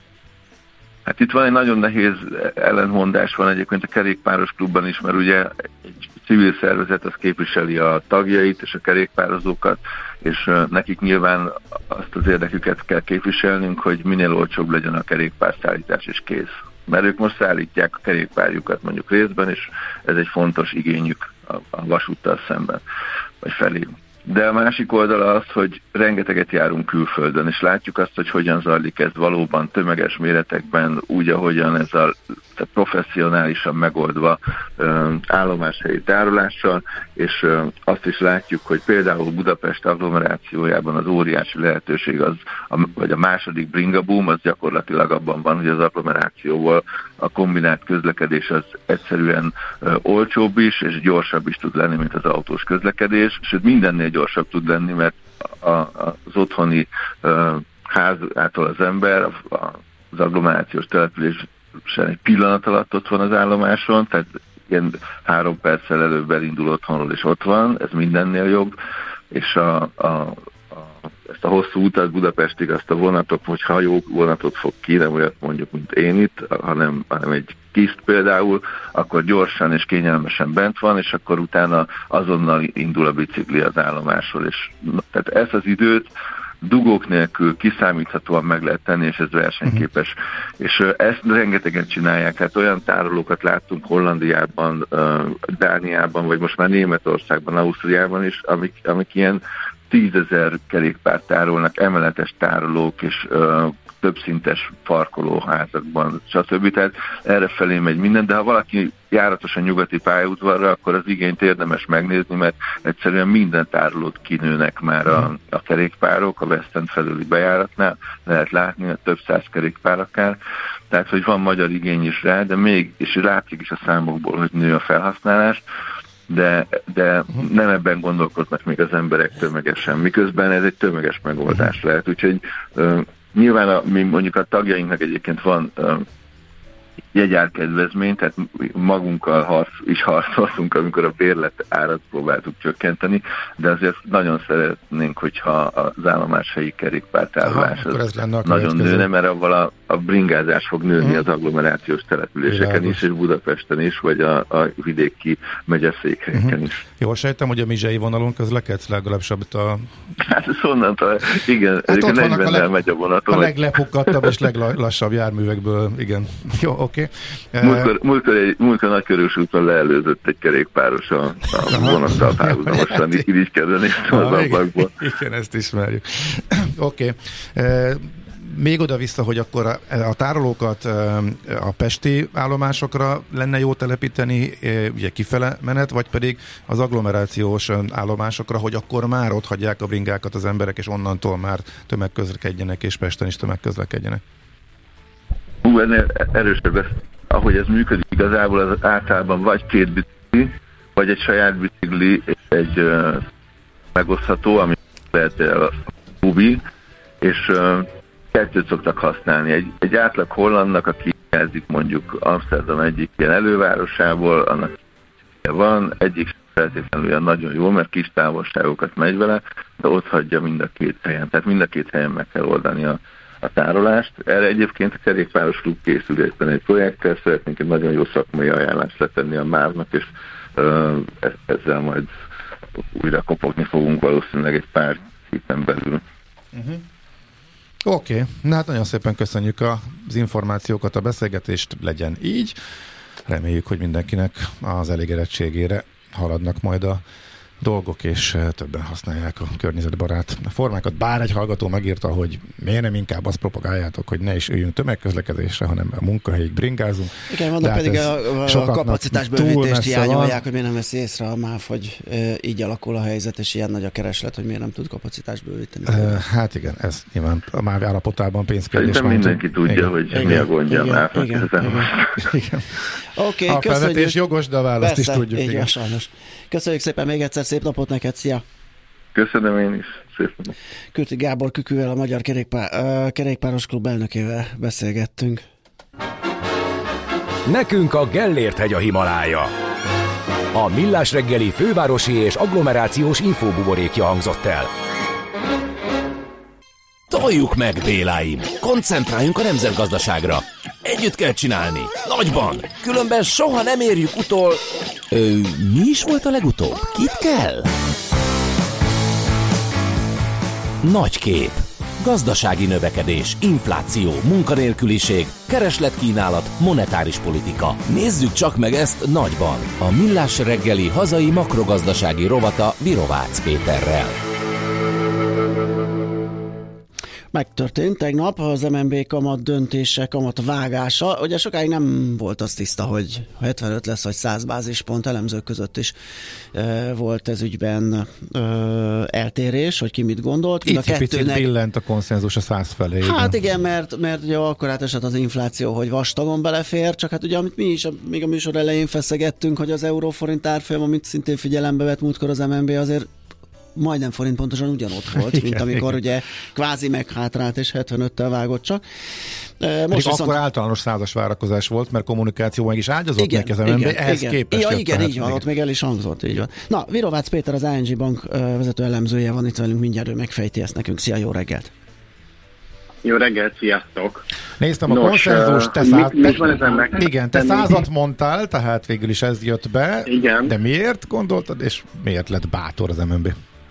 Hát itt van egy nagyon nehéz ellentmondás van egyébként a kerékpáros klubban is, mert ugye egy civil szervezet az képviseli a tagjait és a kerékpározókat, és nekik nyilván azt az érdeküket kell képviselnünk, hogy minél olcsóbb legyen a kerékpárszállítás, és kész. Mert ők most szállítják a kerékpárjukat mondjuk részben, és ez egy fontos igényük a vasúttal szemben, vagy felé. De a másik oldala az, hogy rengeteget járunk külföldön, és látjuk azt, hogy hogyan zajlik ez valóban tömeges méretekben, úgy, ahogyan ez professzionálisan megoldva állomáshelyi tárolással, és azt is látjuk, hogy például Budapest agglomerációjában az óriási lehetőség vagy a második bringaboom, az gyakorlatilag abban van, hogy az agglomerációval a kombinált közlekedés az egyszerűen olcsóbb is, és gyorsabb is tud lenni, mint az autós közlekedés, sőt mindennél gyorsabb tud lenni, mert az otthoni házától az ember, az agglomerációs település egy pillanat alatt ott van az állomáson, tehát ilyen 3 perccel előbb elindul otthonról, és ott van, ez mindennél jobb, és ezt a hosszú utat Budapestig, azt a vonatok, vagy hajók vonatot fog ki, nem olyat mondjuk, mint én itt, hanem egy kiszt például, akkor gyorsan és kényelmesen bent van, és akkor utána azonnal indul a bicikli az állomásról, és tehát ezt az időt dugók nélkül kiszámíthatóan meg lehet tenni, és ez versenyképes. És ezt rengetegen csinálják, hát olyan tárolókat láttunk Hollandiában, Dániában, vagy most már Németországban, Ausztriában is, amik ilyen 10 000 kerékpárt tárolnak, emeletes tárolók, és többszintes parkolóházakban, stb. Tehát errefelé megy minden, de ha valaki járatosan nyugati pályaudvarra, akkor az igényt érdemes megnézni, mert egyszerűen minden tárolót kinőnek már a kerékpárok, a West End felüli bejáratnál, lehet látni, a több száz kerékpár akár, tehát hogy van magyar igény is rá, de még, és látszik is a számokból, hogy nő a felhasználás, de nem ebben gondolkodnak még az emberek tömegesen, miközben ez egy tömeges megoldás lehet, úgyhogy nyilván mondjuk a tagjainknak egyébként van jegyárkedvezmény, tehát magunkkal is harcoltunk, amikor a bérlet árat próbáltuk csökkenteni, de azért nagyon szeretnénk, hogyha az állomáshelyi kerékpártárolás nagyon nőne, mert avval a bringázás fog nőni az agglomerációs településeken is, és Budapesten is, vagy a vidéki megyeszékhelyeken is. Jól sejtem, hogy a mizsei vonalon közlekedsz legalábbis a... Hát ez onnantól, igen, hát 40-nel megy a vonaton. A leglepukkadtabb és leglassabb járművekből, igen. Jó, oké. Múltkor Nagykörös úton leelőzött egy kerékpáros a vonattal párhuzamosan, így kezdve néztem az ablakból. Igen, ezt ismerjük. Oké. Még oda-vissza, hogy akkor a tárolókat a pesti állomásokra lenne jó telepíteni, ugye kifele menet, vagy pedig az agglomerációs állomásokra, hogy akkor már ott hagyják a bringákat az emberek, és onnantól már tömegközlekedjenek, és Pesten is tömegközlekedjenek. Ennél erősebb, ahogy ez működik igazából, az általában vagy két bicikli, vagy egy saját bicikli, egy megosztható, ami lehet a bubi, és kettőt szoktak használni. Egy átlag hollandnak, aki jelzik mondjuk Amsterdam egyik ilyen elővárosából, annak van, egyik feltétlenül olyan nagyon jó, mert kis távolságokat megy vele, de ott hagyja mind a két helyen. Tehát mind a két helyen meg kell oldani a tárolást. Erre egyébként a Kerékpáros Klub készül éppen egy projekttel, szeretnénk egy nagyon jó szakmai ajánlást letenni a MÁV-nak, és ezzel majd újra kopogni fogunk valószínűleg egy pár héten belül. Oké, na hát nagyon szépen köszönjük az információkat, a beszélgetést, legyen így. Reméljük, hogy mindenkinek az elégedettségére haladnak majd a dolgok, és többen használják a környezetbarát formákat. Bár egy hallgató megírta, hogy miért nem inkább azt propagáljátok, hogy ne is üljünk tömegközlekedésre, hanem a munkahelyig bringázunk. Igen, vannak hát pedig a kapacitásbővítést hiányolják, hogy miért nem veszi észre a MÁV, hogy így alakul a helyzet, és ilyen nagy a kereslet, hogy miért nem tud kapacitást bővíteni. Hát igen, ez nyilván a MÁV állapotában pénzkérdés. Szerintem mindenki tudja, igen, hogy igen, mi a gondja a MÁV-nak. Igen. Oké, a felvetés jogos, de a választ is tudjuk. Így van, sajnos. Köszönjük szépen még egyszer, szép napot neked, szia! Köszönöm én is, szép napot! Kürti Gábor Küküvel, a Magyar Kerékpáros Klub elnökével beszélgettünk. Nekünk a Gellért-hegy a Himalája. A Millás reggeli fővárosi és agglomerációs infóbuborékja hangzott el. Toljuk meg, Béláim! Koncentráljunk a nemzetgazdaságra! Együtt kell csinálni! Nagyban! Különben soha nem érjük utol... mi is volt a legutóbb? Kit kell? Nagy kép. Gazdasági növekedés, infláció, munkanélküliség, keresletkínálat, monetáris politika. Nézzük csak meg ezt nagyban. A Millás reggeli hazai makrogazdasági rovata Virovácz Péterrel. Megtörtént tegnap az MNB kamat döntése, kamat vágása. Ugye sokáig nem volt az tiszta, hogy 75 lesz, vagy 100 bázispont, elemzők között is volt ez ügyben eltérés, hogy ki mit gondolt. Itt picit billent a konszenzus a 100 felé. Hát igen, mert ugye akkor átesett az infláció, hogy vastagon belefér, csak hát ugye amit mi is még a műsor elején feszegettünk, hogy az euróforint árfolyam, amit szintén figyelembe vett múltkor az MNB, azért majdnem forint pontosan ugyanott volt, mint amikor ugye kvázi meghátrált és 75-tel vágott csak. Most viszont... akkor általános százas várakozás volt, mert kommunikáció meg is ágyazott neki az MNB, ehhez képest. Igen, így van, ott még el is hangzott, így van. Na, Virovácz Péter, az ING Bank vezető elemzője van itt velünk, mindjárt ő megfejti ezt nekünk. Szia, jó reggelt! Jó reggelt, sziasztok! Néztem a konszenzust, te 100-at mondtál, tehát végül is ez jött be. Igen. De miért gondoltad, és miért lett bátor az MNB?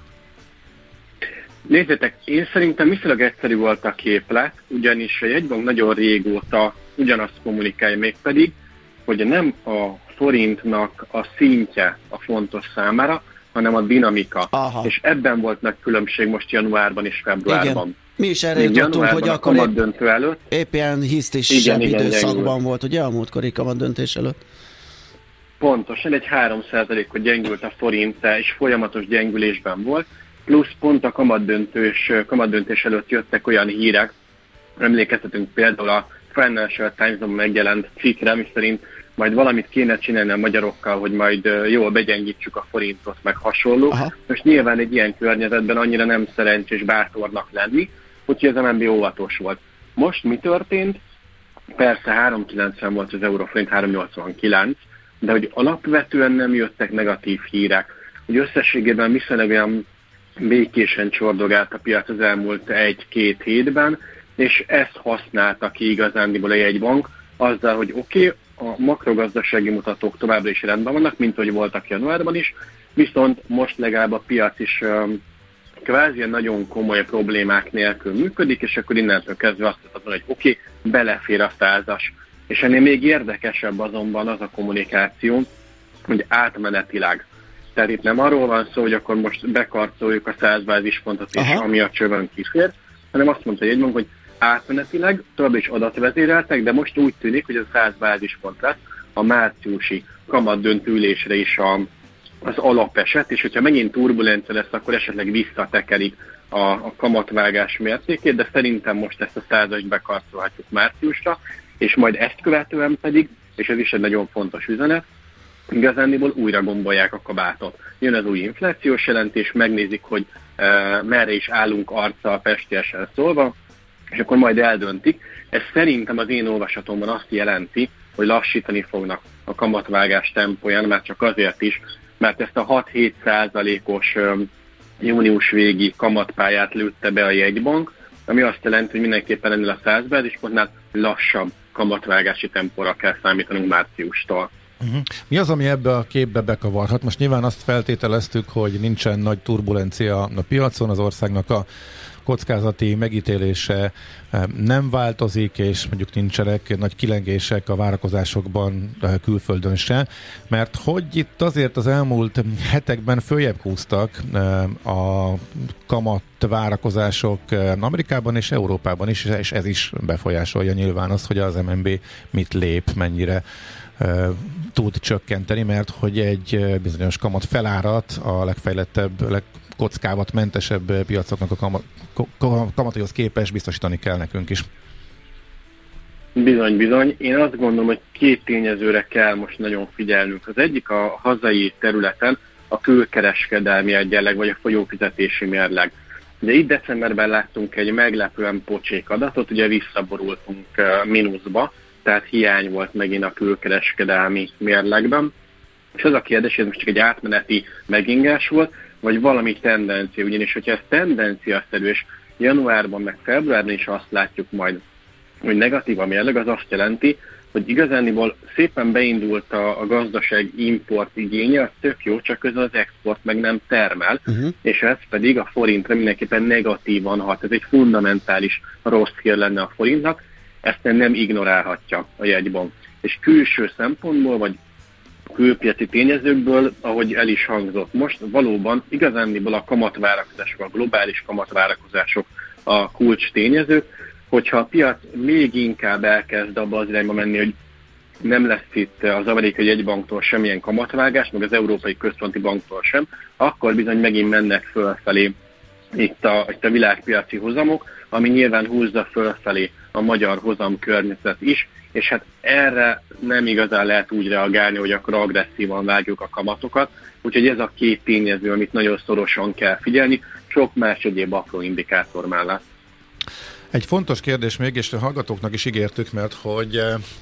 Nézzétek, én szerintem viszonylag egyszerű volt a képlet, ugyanis a jegybank nagyon régóta ugyanazt kommunikálja, mégpedig, hogy nem a forintnak a szintje a fontos számára, hanem a dinamika. Aha. És ebben volt nagy különbség most januárban és februárban. Igen. Mi is erre jutottunk, hogy akkor épp ilyen hisztisebb időszakban volt, ugye a múltkori kamatdöntés előtt? Pontosan, egy 3%-ot gyengült a forint, és folyamatos gyengülésben volt, plusz pont a kamatdöntés előtt jöttek olyan hírek, emlékeztetünk például a Financial Times-on megjelent cikkre, miszerint majd valamit kéne csinálni a magyarokkal, hogy majd jól begyengítsük a forintot, meg hasonló. Aha. Most nyilván egy ilyen környezetben annyira nem szerencsés bátornak lenni, úgyhogy az MNB óvatos volt. Most mi történt? Persze 3,90 volt az euróforint, 3,89, de hogy alapvetően nem jöttek negatív hírek. Hogy összességében viszonylag olyan békésen csordogált a piac az elmúlt 1-2 hétben, és ezt használta ki igazándiból a jegybank, azzal, hogy oké, a makrogazdasági mutatók továbbra is rendben vannak, mint hogy voltak januárban is, viszont most legalább a piac is kvázi nagyon komoly problémák nélkül működik, és akkor innentől kezdve azt mondom, hogy oké, belefér a 100-as. És ennél még érdekesebb azonban az a kommunikáció, hogy átmenetileg. Tehát itt nem arról van szó, hogy akkor most bekarcoljuk a 100 bázispontot, és ami a csövön kifér, hanem azt mondta jegybank, hogy átmenetileg tovább is adatvezéreltek, de most úgy tűnik, hogy a 100 bázispont lesz a márciusi kamatdöntő ülésre is az alapeset, és hogyha megint turbulencia lesz, akkor esetleg visszatekerik a kamatvágás mértékét, de szerintem most ezt a 100-ast bekarcolhatjuk márciusra, és majd ezt követően pedig, és ez is egy nagyon fontos üzenet, igazándiból újra gombolják a kabátot. Jön az új inflációs jelentés, megnézik, hogy merre is állunk arccal pestiesen szólva, és akkor majd eldöntik. Ez szerintem az én olvasatomban azt jelenti, hogy lassítani fognak a kamatvágás tempóján, már csak azért is, mert ezt a 6-7%-os június végi kamatpályát lőtte be a jegybank, ami azt jelenti, hogy mindenképpen ennél a 100 bázispontnál lassabb kamatvágási tempóra kell számítanunk márciustól. Mi az, ami ebbe a képbe bekavarhat? Most nyilván azt feltételeztük, hogy nincsen nagy turbulencia a piacon, az országnak a kockázati megítélése nem változik, és mondjuk nincsenek nagy kilengések a várakozásokban külföldön se, mert hogy itt azért az elmúlt hetekben följebb húztak a kamat várakozások Amerikában és Európában is, és ez is befolyásolja nyilván azt, hogy az MNB mit lép, mennyire tud csökkenteni, mert hogy egy bizonyos kamat felárat a legfejlettebb, kockávatmentesebb piacoknak a kamataihoz képest biztosítani kell nekünk is. Bizony. Én azt gondolom, hogy két tényezőre kell most nagyon figyelnünk. Az egyik a hazai területen a külkereskedelmi egyenleg, vagy a folyófizetési mérleg. Ugye itt decemberben láttunk egy meglepően pocsék adatot, ugye visszaborultunk mínuszba, tehát hiány volt megint a külkereskedelmi mérlegben. És az a kérdés, hogy ez most csak egy átmeneti megingás volt, vagy valami tendencia, ugyanis hogyha ez tendenciaszerű, és januárban meg februárban is azt látjuk majd, hogy negatív a mérleg, az azt jelenti, hogy igazániból szépen beindult a gazdaság import igénye, az tök jó, csak közben az export meg nem termel, és ez pedig a forintra mindenképpen negatívan hat. Ez egy fundamentális rossz hír lenne a forintnak, ezt nem ignorálhatja a jegybank. És külső szempontból, vagy külpiaci tényezőkből, ahogy el is hangzott most, valóban igazándiból a kamatvárakozások, a globális kamatvárakozások a kulcs tényezők, hogyha a piac még inkább elkezd abba az irányba menni, hogy nem lesz itt az amerikai jegybanktól semmilyen kamatvágás, meg az Európai Központi Banktól sem, akkor bizony megint mennek fölfelé itt a világpiaci hozamok, ami nyilván húzza fölfelé a magyar hozam környezet is, és hát erre nem igazán lehet úgy reagálni, hogy akkor agresszívan vágjuk a kamatokat, úgyhogy ez a két tényező, amit nagyon szorosan kell figyelni, sok más egyéb apró indikátor mellett. Egy fontos kérdés még, és a hallgatóknak is ígértük, mert hogy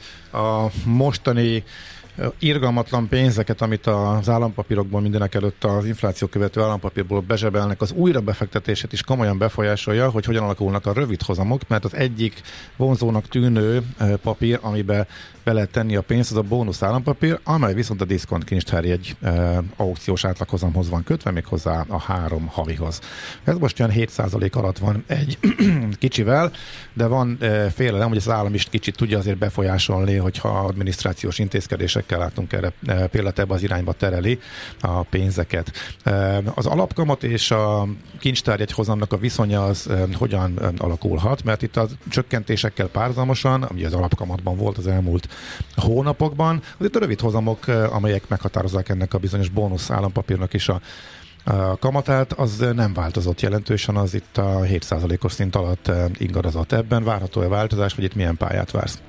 a mostani irgalmatlan pénzeket, amit az állampapírokból mindenek előtt az infláció követő állampapírból bezsebelnek, az újrabefektetését is komolyan befolyásolja, hogy hogyan alakulnak a rövidhozamok, mert az egyik vonzónak tűnő papír, amiben be lehet tenni a pénzt, az a bónusz állampapír, amely viszont a diszkont kincstárjegy aukciós átlaghozamhoz van kötve, még hozzá a 3 havihoz. Ez most olyan 7% alatt van egy kicsivel, de van félelem, hogy az állam is kicsit tudja azért befolyásolni, hogyha adminisztrációs intézkedésekkel látunk erre példát, ebbe az irányba tereli a pénzeket. Az alapkamat és a kincstárjegyhozamnak a viszonya az hogyan alakulhat, mert itt a csökkentésekkel párhuzamosan, ami az alapkamatban volt az elmúlt hónapokban, az itt a rövid hozamok, amelyek meghatározzák ennek a bizonyos bónusz állampapírnak is a kamatát, az nem változott jelentősen, az itt a 7%-os szint alatt ingadozott. Ebben várható-e változás, vagy itt milyen pályát vársz?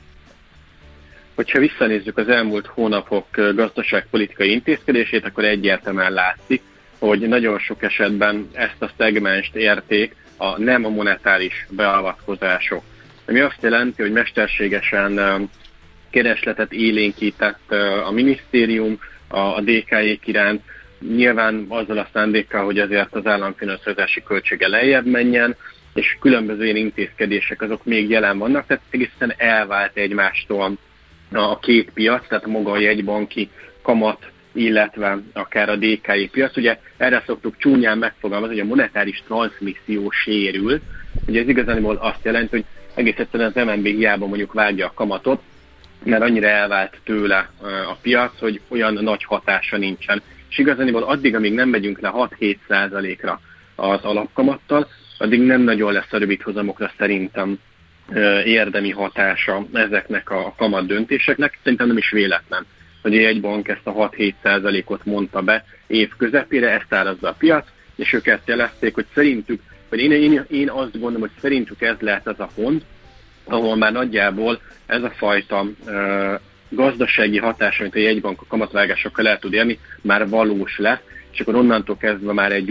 Hogyha visszanézzük az elmúlt hónapok gazdaságpolitikai intézkedését, akkor egyértelműen látszik, hogy nagyon sok esetben ezt a szegmenst érték a nem monetáris beavatkozások. ami azt jelenti, hogy mesterségesen keresletet élénkített a minisztérium, a DK-jék iránt, nyilván azzal a szándékkal, hogy azért az államfinanszírozási költsége lejjebb menjen, és különböző ilyen intézkedések azok még jelen vannak, tehát egészen elvált egymástól a két piac, tehát maga a jegybanki kamat, illetve akár a DK-i piac. Ugye erre szoktuk csúnyán megfogalmazni, hogy a monetáris transzmisszió sérül. Ugye ez igazából azt jelenti, hogy egész egyszerűen az MNB hiába mondjuk vágja a kamatot, mert annyira elvált tőle a piac, hogy olyan nagy hatása nincsen. És igazából addig, amíg nem megyünk le 6-7%-ra az alapkamattal, addig nem nagyon lesz a rövidhozamokra szerintem érdemi hatása ezeknek a kamat döntéseknek. Szerintem nem is véletlen, hogy egy bank ezt a 6-7%-ot mondta be év közepére, ezt árazza a piac, és ők ezt jelezték, hogy szerintük, vagy én azt gondolom, hogy szerintük ez lehet az a pont, ahol már nagyjából ez a fajta gazdasági hatás, amit a jegybank a kamatvágásokkal el tud érni, már valós lesz, és akkor onnantól kezdve már egy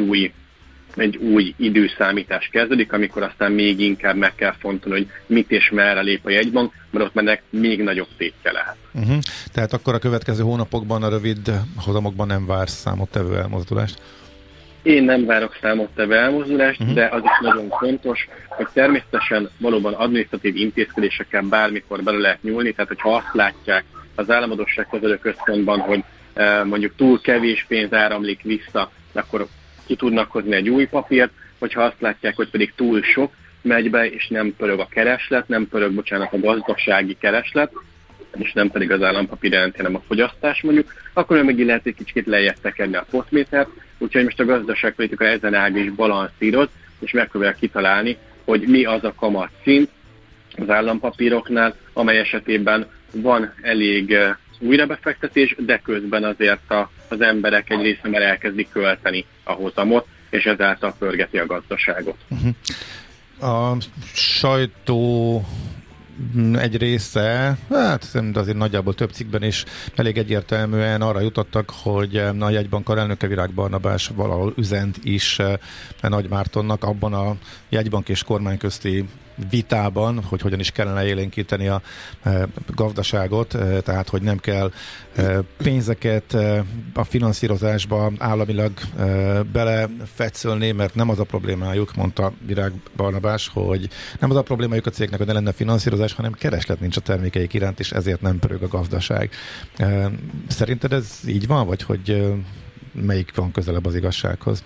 új időszámítás kezdődik, amikor aztán még inkább meg kell fontolni, hogy mit és merre lép a jegybank, mert ott mennek még nagyobb tétje lehet. Tehát akkor a következő hónapokban a rövid hozamokban nem vársz számottevő elmozdulást? Én nem várok számottevő elmozdulást, de az is nagyon fontos, hogy természetesen valóban adminisztratív intézkedésekkel bármikor belül lehet nyúlni, tehát hogyha azt látják az államadósságkezelő központban, hogy mondjuk túl kevés pénz áramlik vissza, akkor ki tudnak hozni egy új papírt, hogyha azt látják, hogy pedig túl sok megy be, és nem pörög a kereslet, nem pörög, a gazdasági kereslet, és nem pedig az állampapír jelenti, hanem a fogyasztás mondjuk, akkor megint lehet egy kicsit lejjebb tekerni a potmétert, úgyhogy most a gazdaságpolitika ezen ág is balanszíroz, és megpróbálja kitalálni, hogy mi az a kamatszint az állampapíroknál, amely esetében van elég újrabefektetés, de közben azért az emberek egy része már elkezdi költeni a hozamot, és ezáltal pörgeti a gazdaságot. A sajtó egy része, hát azért nagyjából több cikkben is elég egyértelműen arra jutottak, hogy a jegybank elnöke Virág Barnabás valahol üzent is Nagy Mártonnak abban a jegybank és kormány közti vitában, hogy hogyan is kellene élénkíteni a gazdaságot, tehát hogy nem kell pénzeket a finanszírozásba államilag belefetszölni, mert nem az a problémájuk, mondta Virág Barnabás, hogy nem az a problémájuk a cégnek, hogy ne lenne finanszírozás, hanem kereslet nincs a termékeik iránt, és ezért nem pörög a gazdaság. Szerinted ez így van, vagy hogy melyik van közelebb az igazsághoz?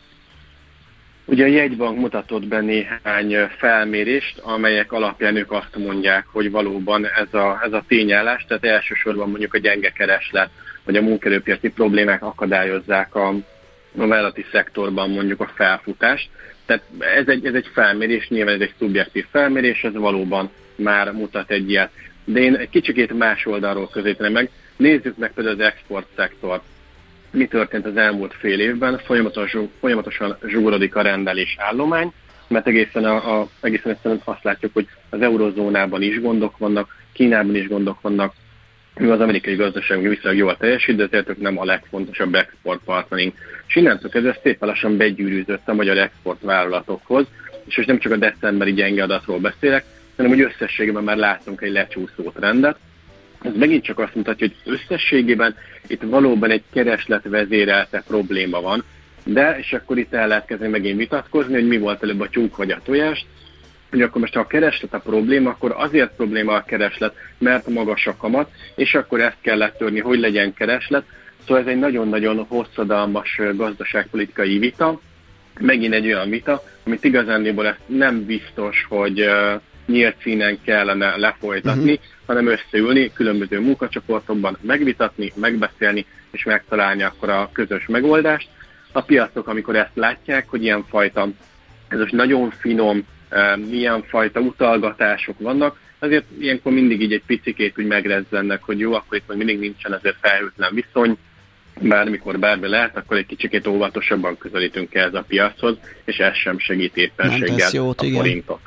Ugye a jegybank mutatott be néhány felmérést, amelyek alapján ők azt mondják, hogy valóban ez a tényállás, tehát elsősorban mondjuk a gyenge kereslet, vagy a munkaerőpiaci problémák akadályozzák a vállalati szektorban mondjuk a felfutást. Tehát ez egy felmérés, nyilván ez egy szubjektív felmérés, ez valóban már mutat egy ilyet. De én egy kicsikét más oldalról közelíteném meg. Nézzük meg például az export szektort. Mi történt az elmúlt fél évben? Folyamatosan zsugorodik a rendelés állomány, mert egészen egyszerűen azt látjuk, hogy az eurozónában is gondok vannak, Kínában is gondok vannak, az amerikai gazdaságunk viszonylag jól teljesít, de ezért ők nem a legfontosabb exportpartnerink. És innentől kezdve szépen lassan begyűrűzött a magyar exportvállalatokhoz, és most nem csak a decemberi gyenge adatról beszélek, hanem hogy összességében már látunk egy lecsúszó trendet. Ez megint csak azt mutatja, hogy összességében itt valóban egy keresletvezérelte probléma van, de, és akkor itt el lehet kezdeni megint vitatkozni, hogy mi volt előbb a tyúk vagy a tojás, hogy akkor most ha a kereslet a probléma, akkor azért probléma a kereslet, mert magas a kamat, és akkor ezt kell letörni, hogy legyen kereslet. Szóval ez egy nagyon-nagyon hosszadalmas gazdaságpolitikai vita, megint egy olyan vita, amit igazándiból ezt nem biztos, hogy nyílt színen kellene lefolytatni, hanem összeülni, különböző munkacsoportokban megvitatni, megbeszélni, és megtalálni akkor a közös megoldást. A piacok, amikor ezt látják, hogy ilyenfajta, ez most nagyon finom, ilyenfajta utalgatások vannak, azért ilyenkor mindig így egy picikét úgy megrezzennek, hogy jó, akkor itt még mindig nincsen azért felhőtlen viszony, bármikor bármi lehet, akkor egy kicsikét óvatosabban közelítünk ehhez a piachoz, és ez sem segít éppenséggel a forintot.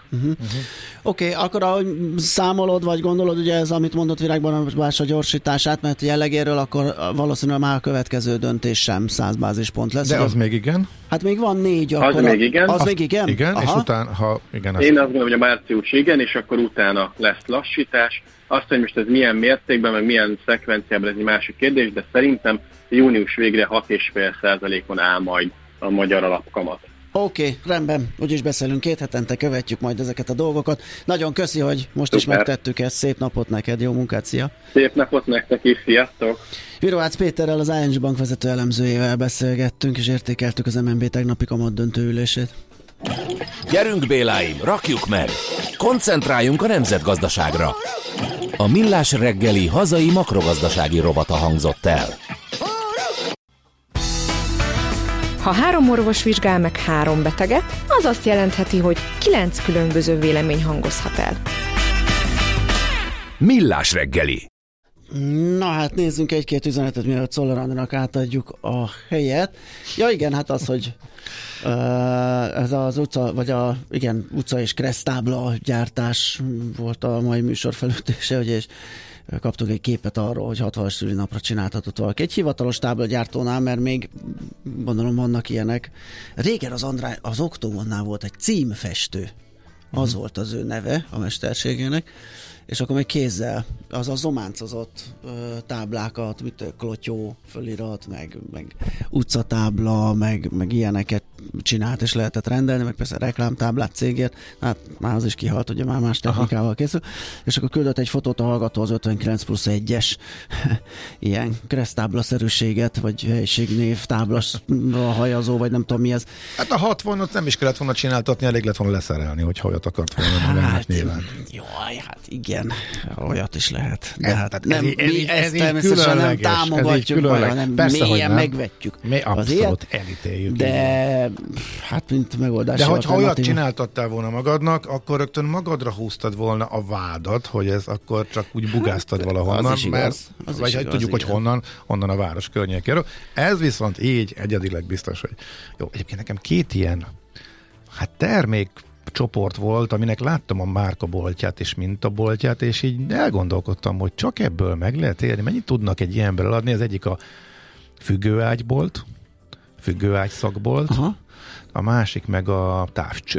Oké, akkor ahogy számolod, vagy gondolod, ugye ez, amit mondott Virág Barnabás a gyorsítását, mert jellegéről, akkor valószínűleg már a következő döntés sem 100 bázispont lesz. De az még igen. Hát még van 4 akkor. Az még igen. Az még igen? Igen, és utána, igen. Én azt gondolom, hogy a március igen, és akkor utána lesz lassítás. Azt, hogy most ez milyen mértékben, meg milyen szekvenciában, ez egy másik kérdés, de szerintem június végre 6,5%-on áll majd a magyar alapkamat. Oké, rendben. Úgyis beszélünk 2 hetente, követjük majd ezeket a dolgokat. Nagyon köszi, hogy most is megtettük ezt. Szép napot neked, jó munkát, szia! Szép napot nektek is, sziasztok! Virovácz Péterrel, az ING Bank vezető elemzőjével beszélgettünk, és értékeltük az MNB tegnapi kamatdöntő ülését. Gyerünk Béláim, rakjuk meg! Koncentráljunk a nemzetgazdaságra! A Millás reggeli hazai makrogazdasági rovata hangzott el. Ha 3 orvos vizsgál meg 3 beteget, az azt jelentheti, hogy 9 különböző vélemény hangozhat el. Millás reggeli. Na hát nézzünk 1-2 üzenetet, mielőtt Czoller Andrának átadjuk a helyet. Ja igen, hát az, hogy ez az utca, vagy utca és kereszttábla gyártás volt a mai műsor felütése, ugye, és kaptunk egy képet arról, hogy 60-as szülinapra csináltatott valaki. Egy hivatalos táblagyártónál, mert még gondolom vannak ilyenek. Régen az Oktovonnál volt egy címfestő. Az volt az ő neve a mesterségének. És akkor még kézzel, az a zománcozott táblákat, klotyó fölirat, meg utcatábla, meg ilyeneket csinált, és lehetett rendelni, meg persze reklámtáblát cégért, hát már az is kihalt, ugye már más technikával készül, és akkor küldött egy fotót a hallgató az 59+1-es ilyen kereszttáblaszerűséget, vagy helyiségnév táblasra hajazó, vagy nem tudom mi ez. Hát a 60-ot nem is kellett volna csináltatni, elég lett volna leszerelni, hogyha olyat akart volna magának nyilván. Jaj, hát igen, olyat is lehet. De hát nem, mi ezt természetesen nem támogatjuk, hanem mélyen megvetjük. Mi abszolút elítéljük. De hát mint megoldás. De hogyha olyat csináltattál volna magadnak, akkor rögtön magadra húztad volna a vádat, hogy ez akkor csak úgy bugáztad valahonnan, mert vagy igaz, tudjuk, hogy honnan a város környékéről. Ez viszont így egyedileg biztos, hogy jó, egyébként nekem 2 ilyen termék csoport volt, aminek láttam a márkaboltját és mintaboltját, és így elgondolkodtam, hogy csak ebből meg lehet élni. Mennyit tudnak egy ilyenből eladni? Az egyik a függőágybolt, függőágyszakbolt, a másik meg a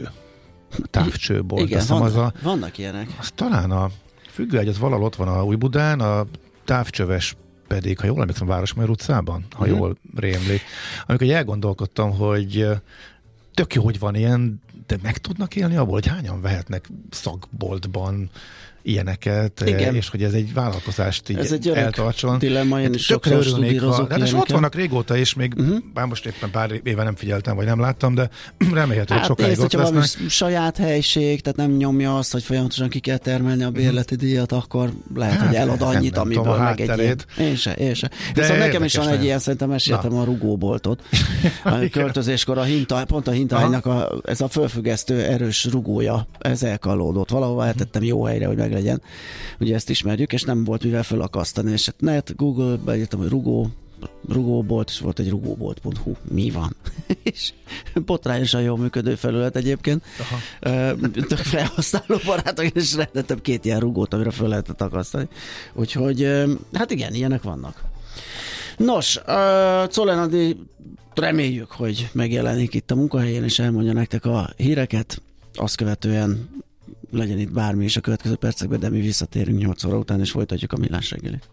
távcsőbolt. Igen, vannak ilyenek. Az talán a függőágy az valahol ott van a Újbudán, a távcsöves pedig, ha jól emlékszem, Városmajor utcában, ha jól rémlik. Amikor elgondolkodtam, hogy tök jó, hogy van ilyen, de meg tudnak élni abból, hogy hányan vehetnek szakboltban ilyeneket, igen. És hogy ez egy vállalkozást így eltartson. Ez egy dilemma, én is sokszor studírozok ilyeneket. És ott vannak régóta is, még bár most éppen pár éve nem figyeltem, vagy nem láttam, de remélhető, hogy sokáig ott lesznek. Valami saját helység, tehát nem nyomja azt, hogy folyamatosan ki kell termelni a bérleti díjat, akkor lehet, hogy elad annyit, amiből meg egy ilyen. Én se. Viszont nekem is van egy ilyen, szerintem meséltem a rugóboltot. A költözéskor pont a hintahánynak ez a fölfüggesztő erős rugója, ez elkallódott. Valahova eltettem jó helyre, hogy legyen. Ugye ezt ismerjük, és nem volt mivel felakasztani, és Google beírtam, hogy rugóbolt, és volt egy rugóbolt.hu. Mi van? És botrányosan jól működő felület egyébként. Tök felhasználó barátok, és rendeltem 2 ilyen rugót, amire fel lehetett akasztani. Úgyhogy, hát igen, ilyenek vannak. Nos, Czoller Andi, reméljük, hogy megjelenik itt a munkahelyén, és elmondja nektek a híreket. Azt követően legyen itt bármi is a következő percekben, de mi visszatérünk 8 óra után, és folytatjuk a Millás reggelit.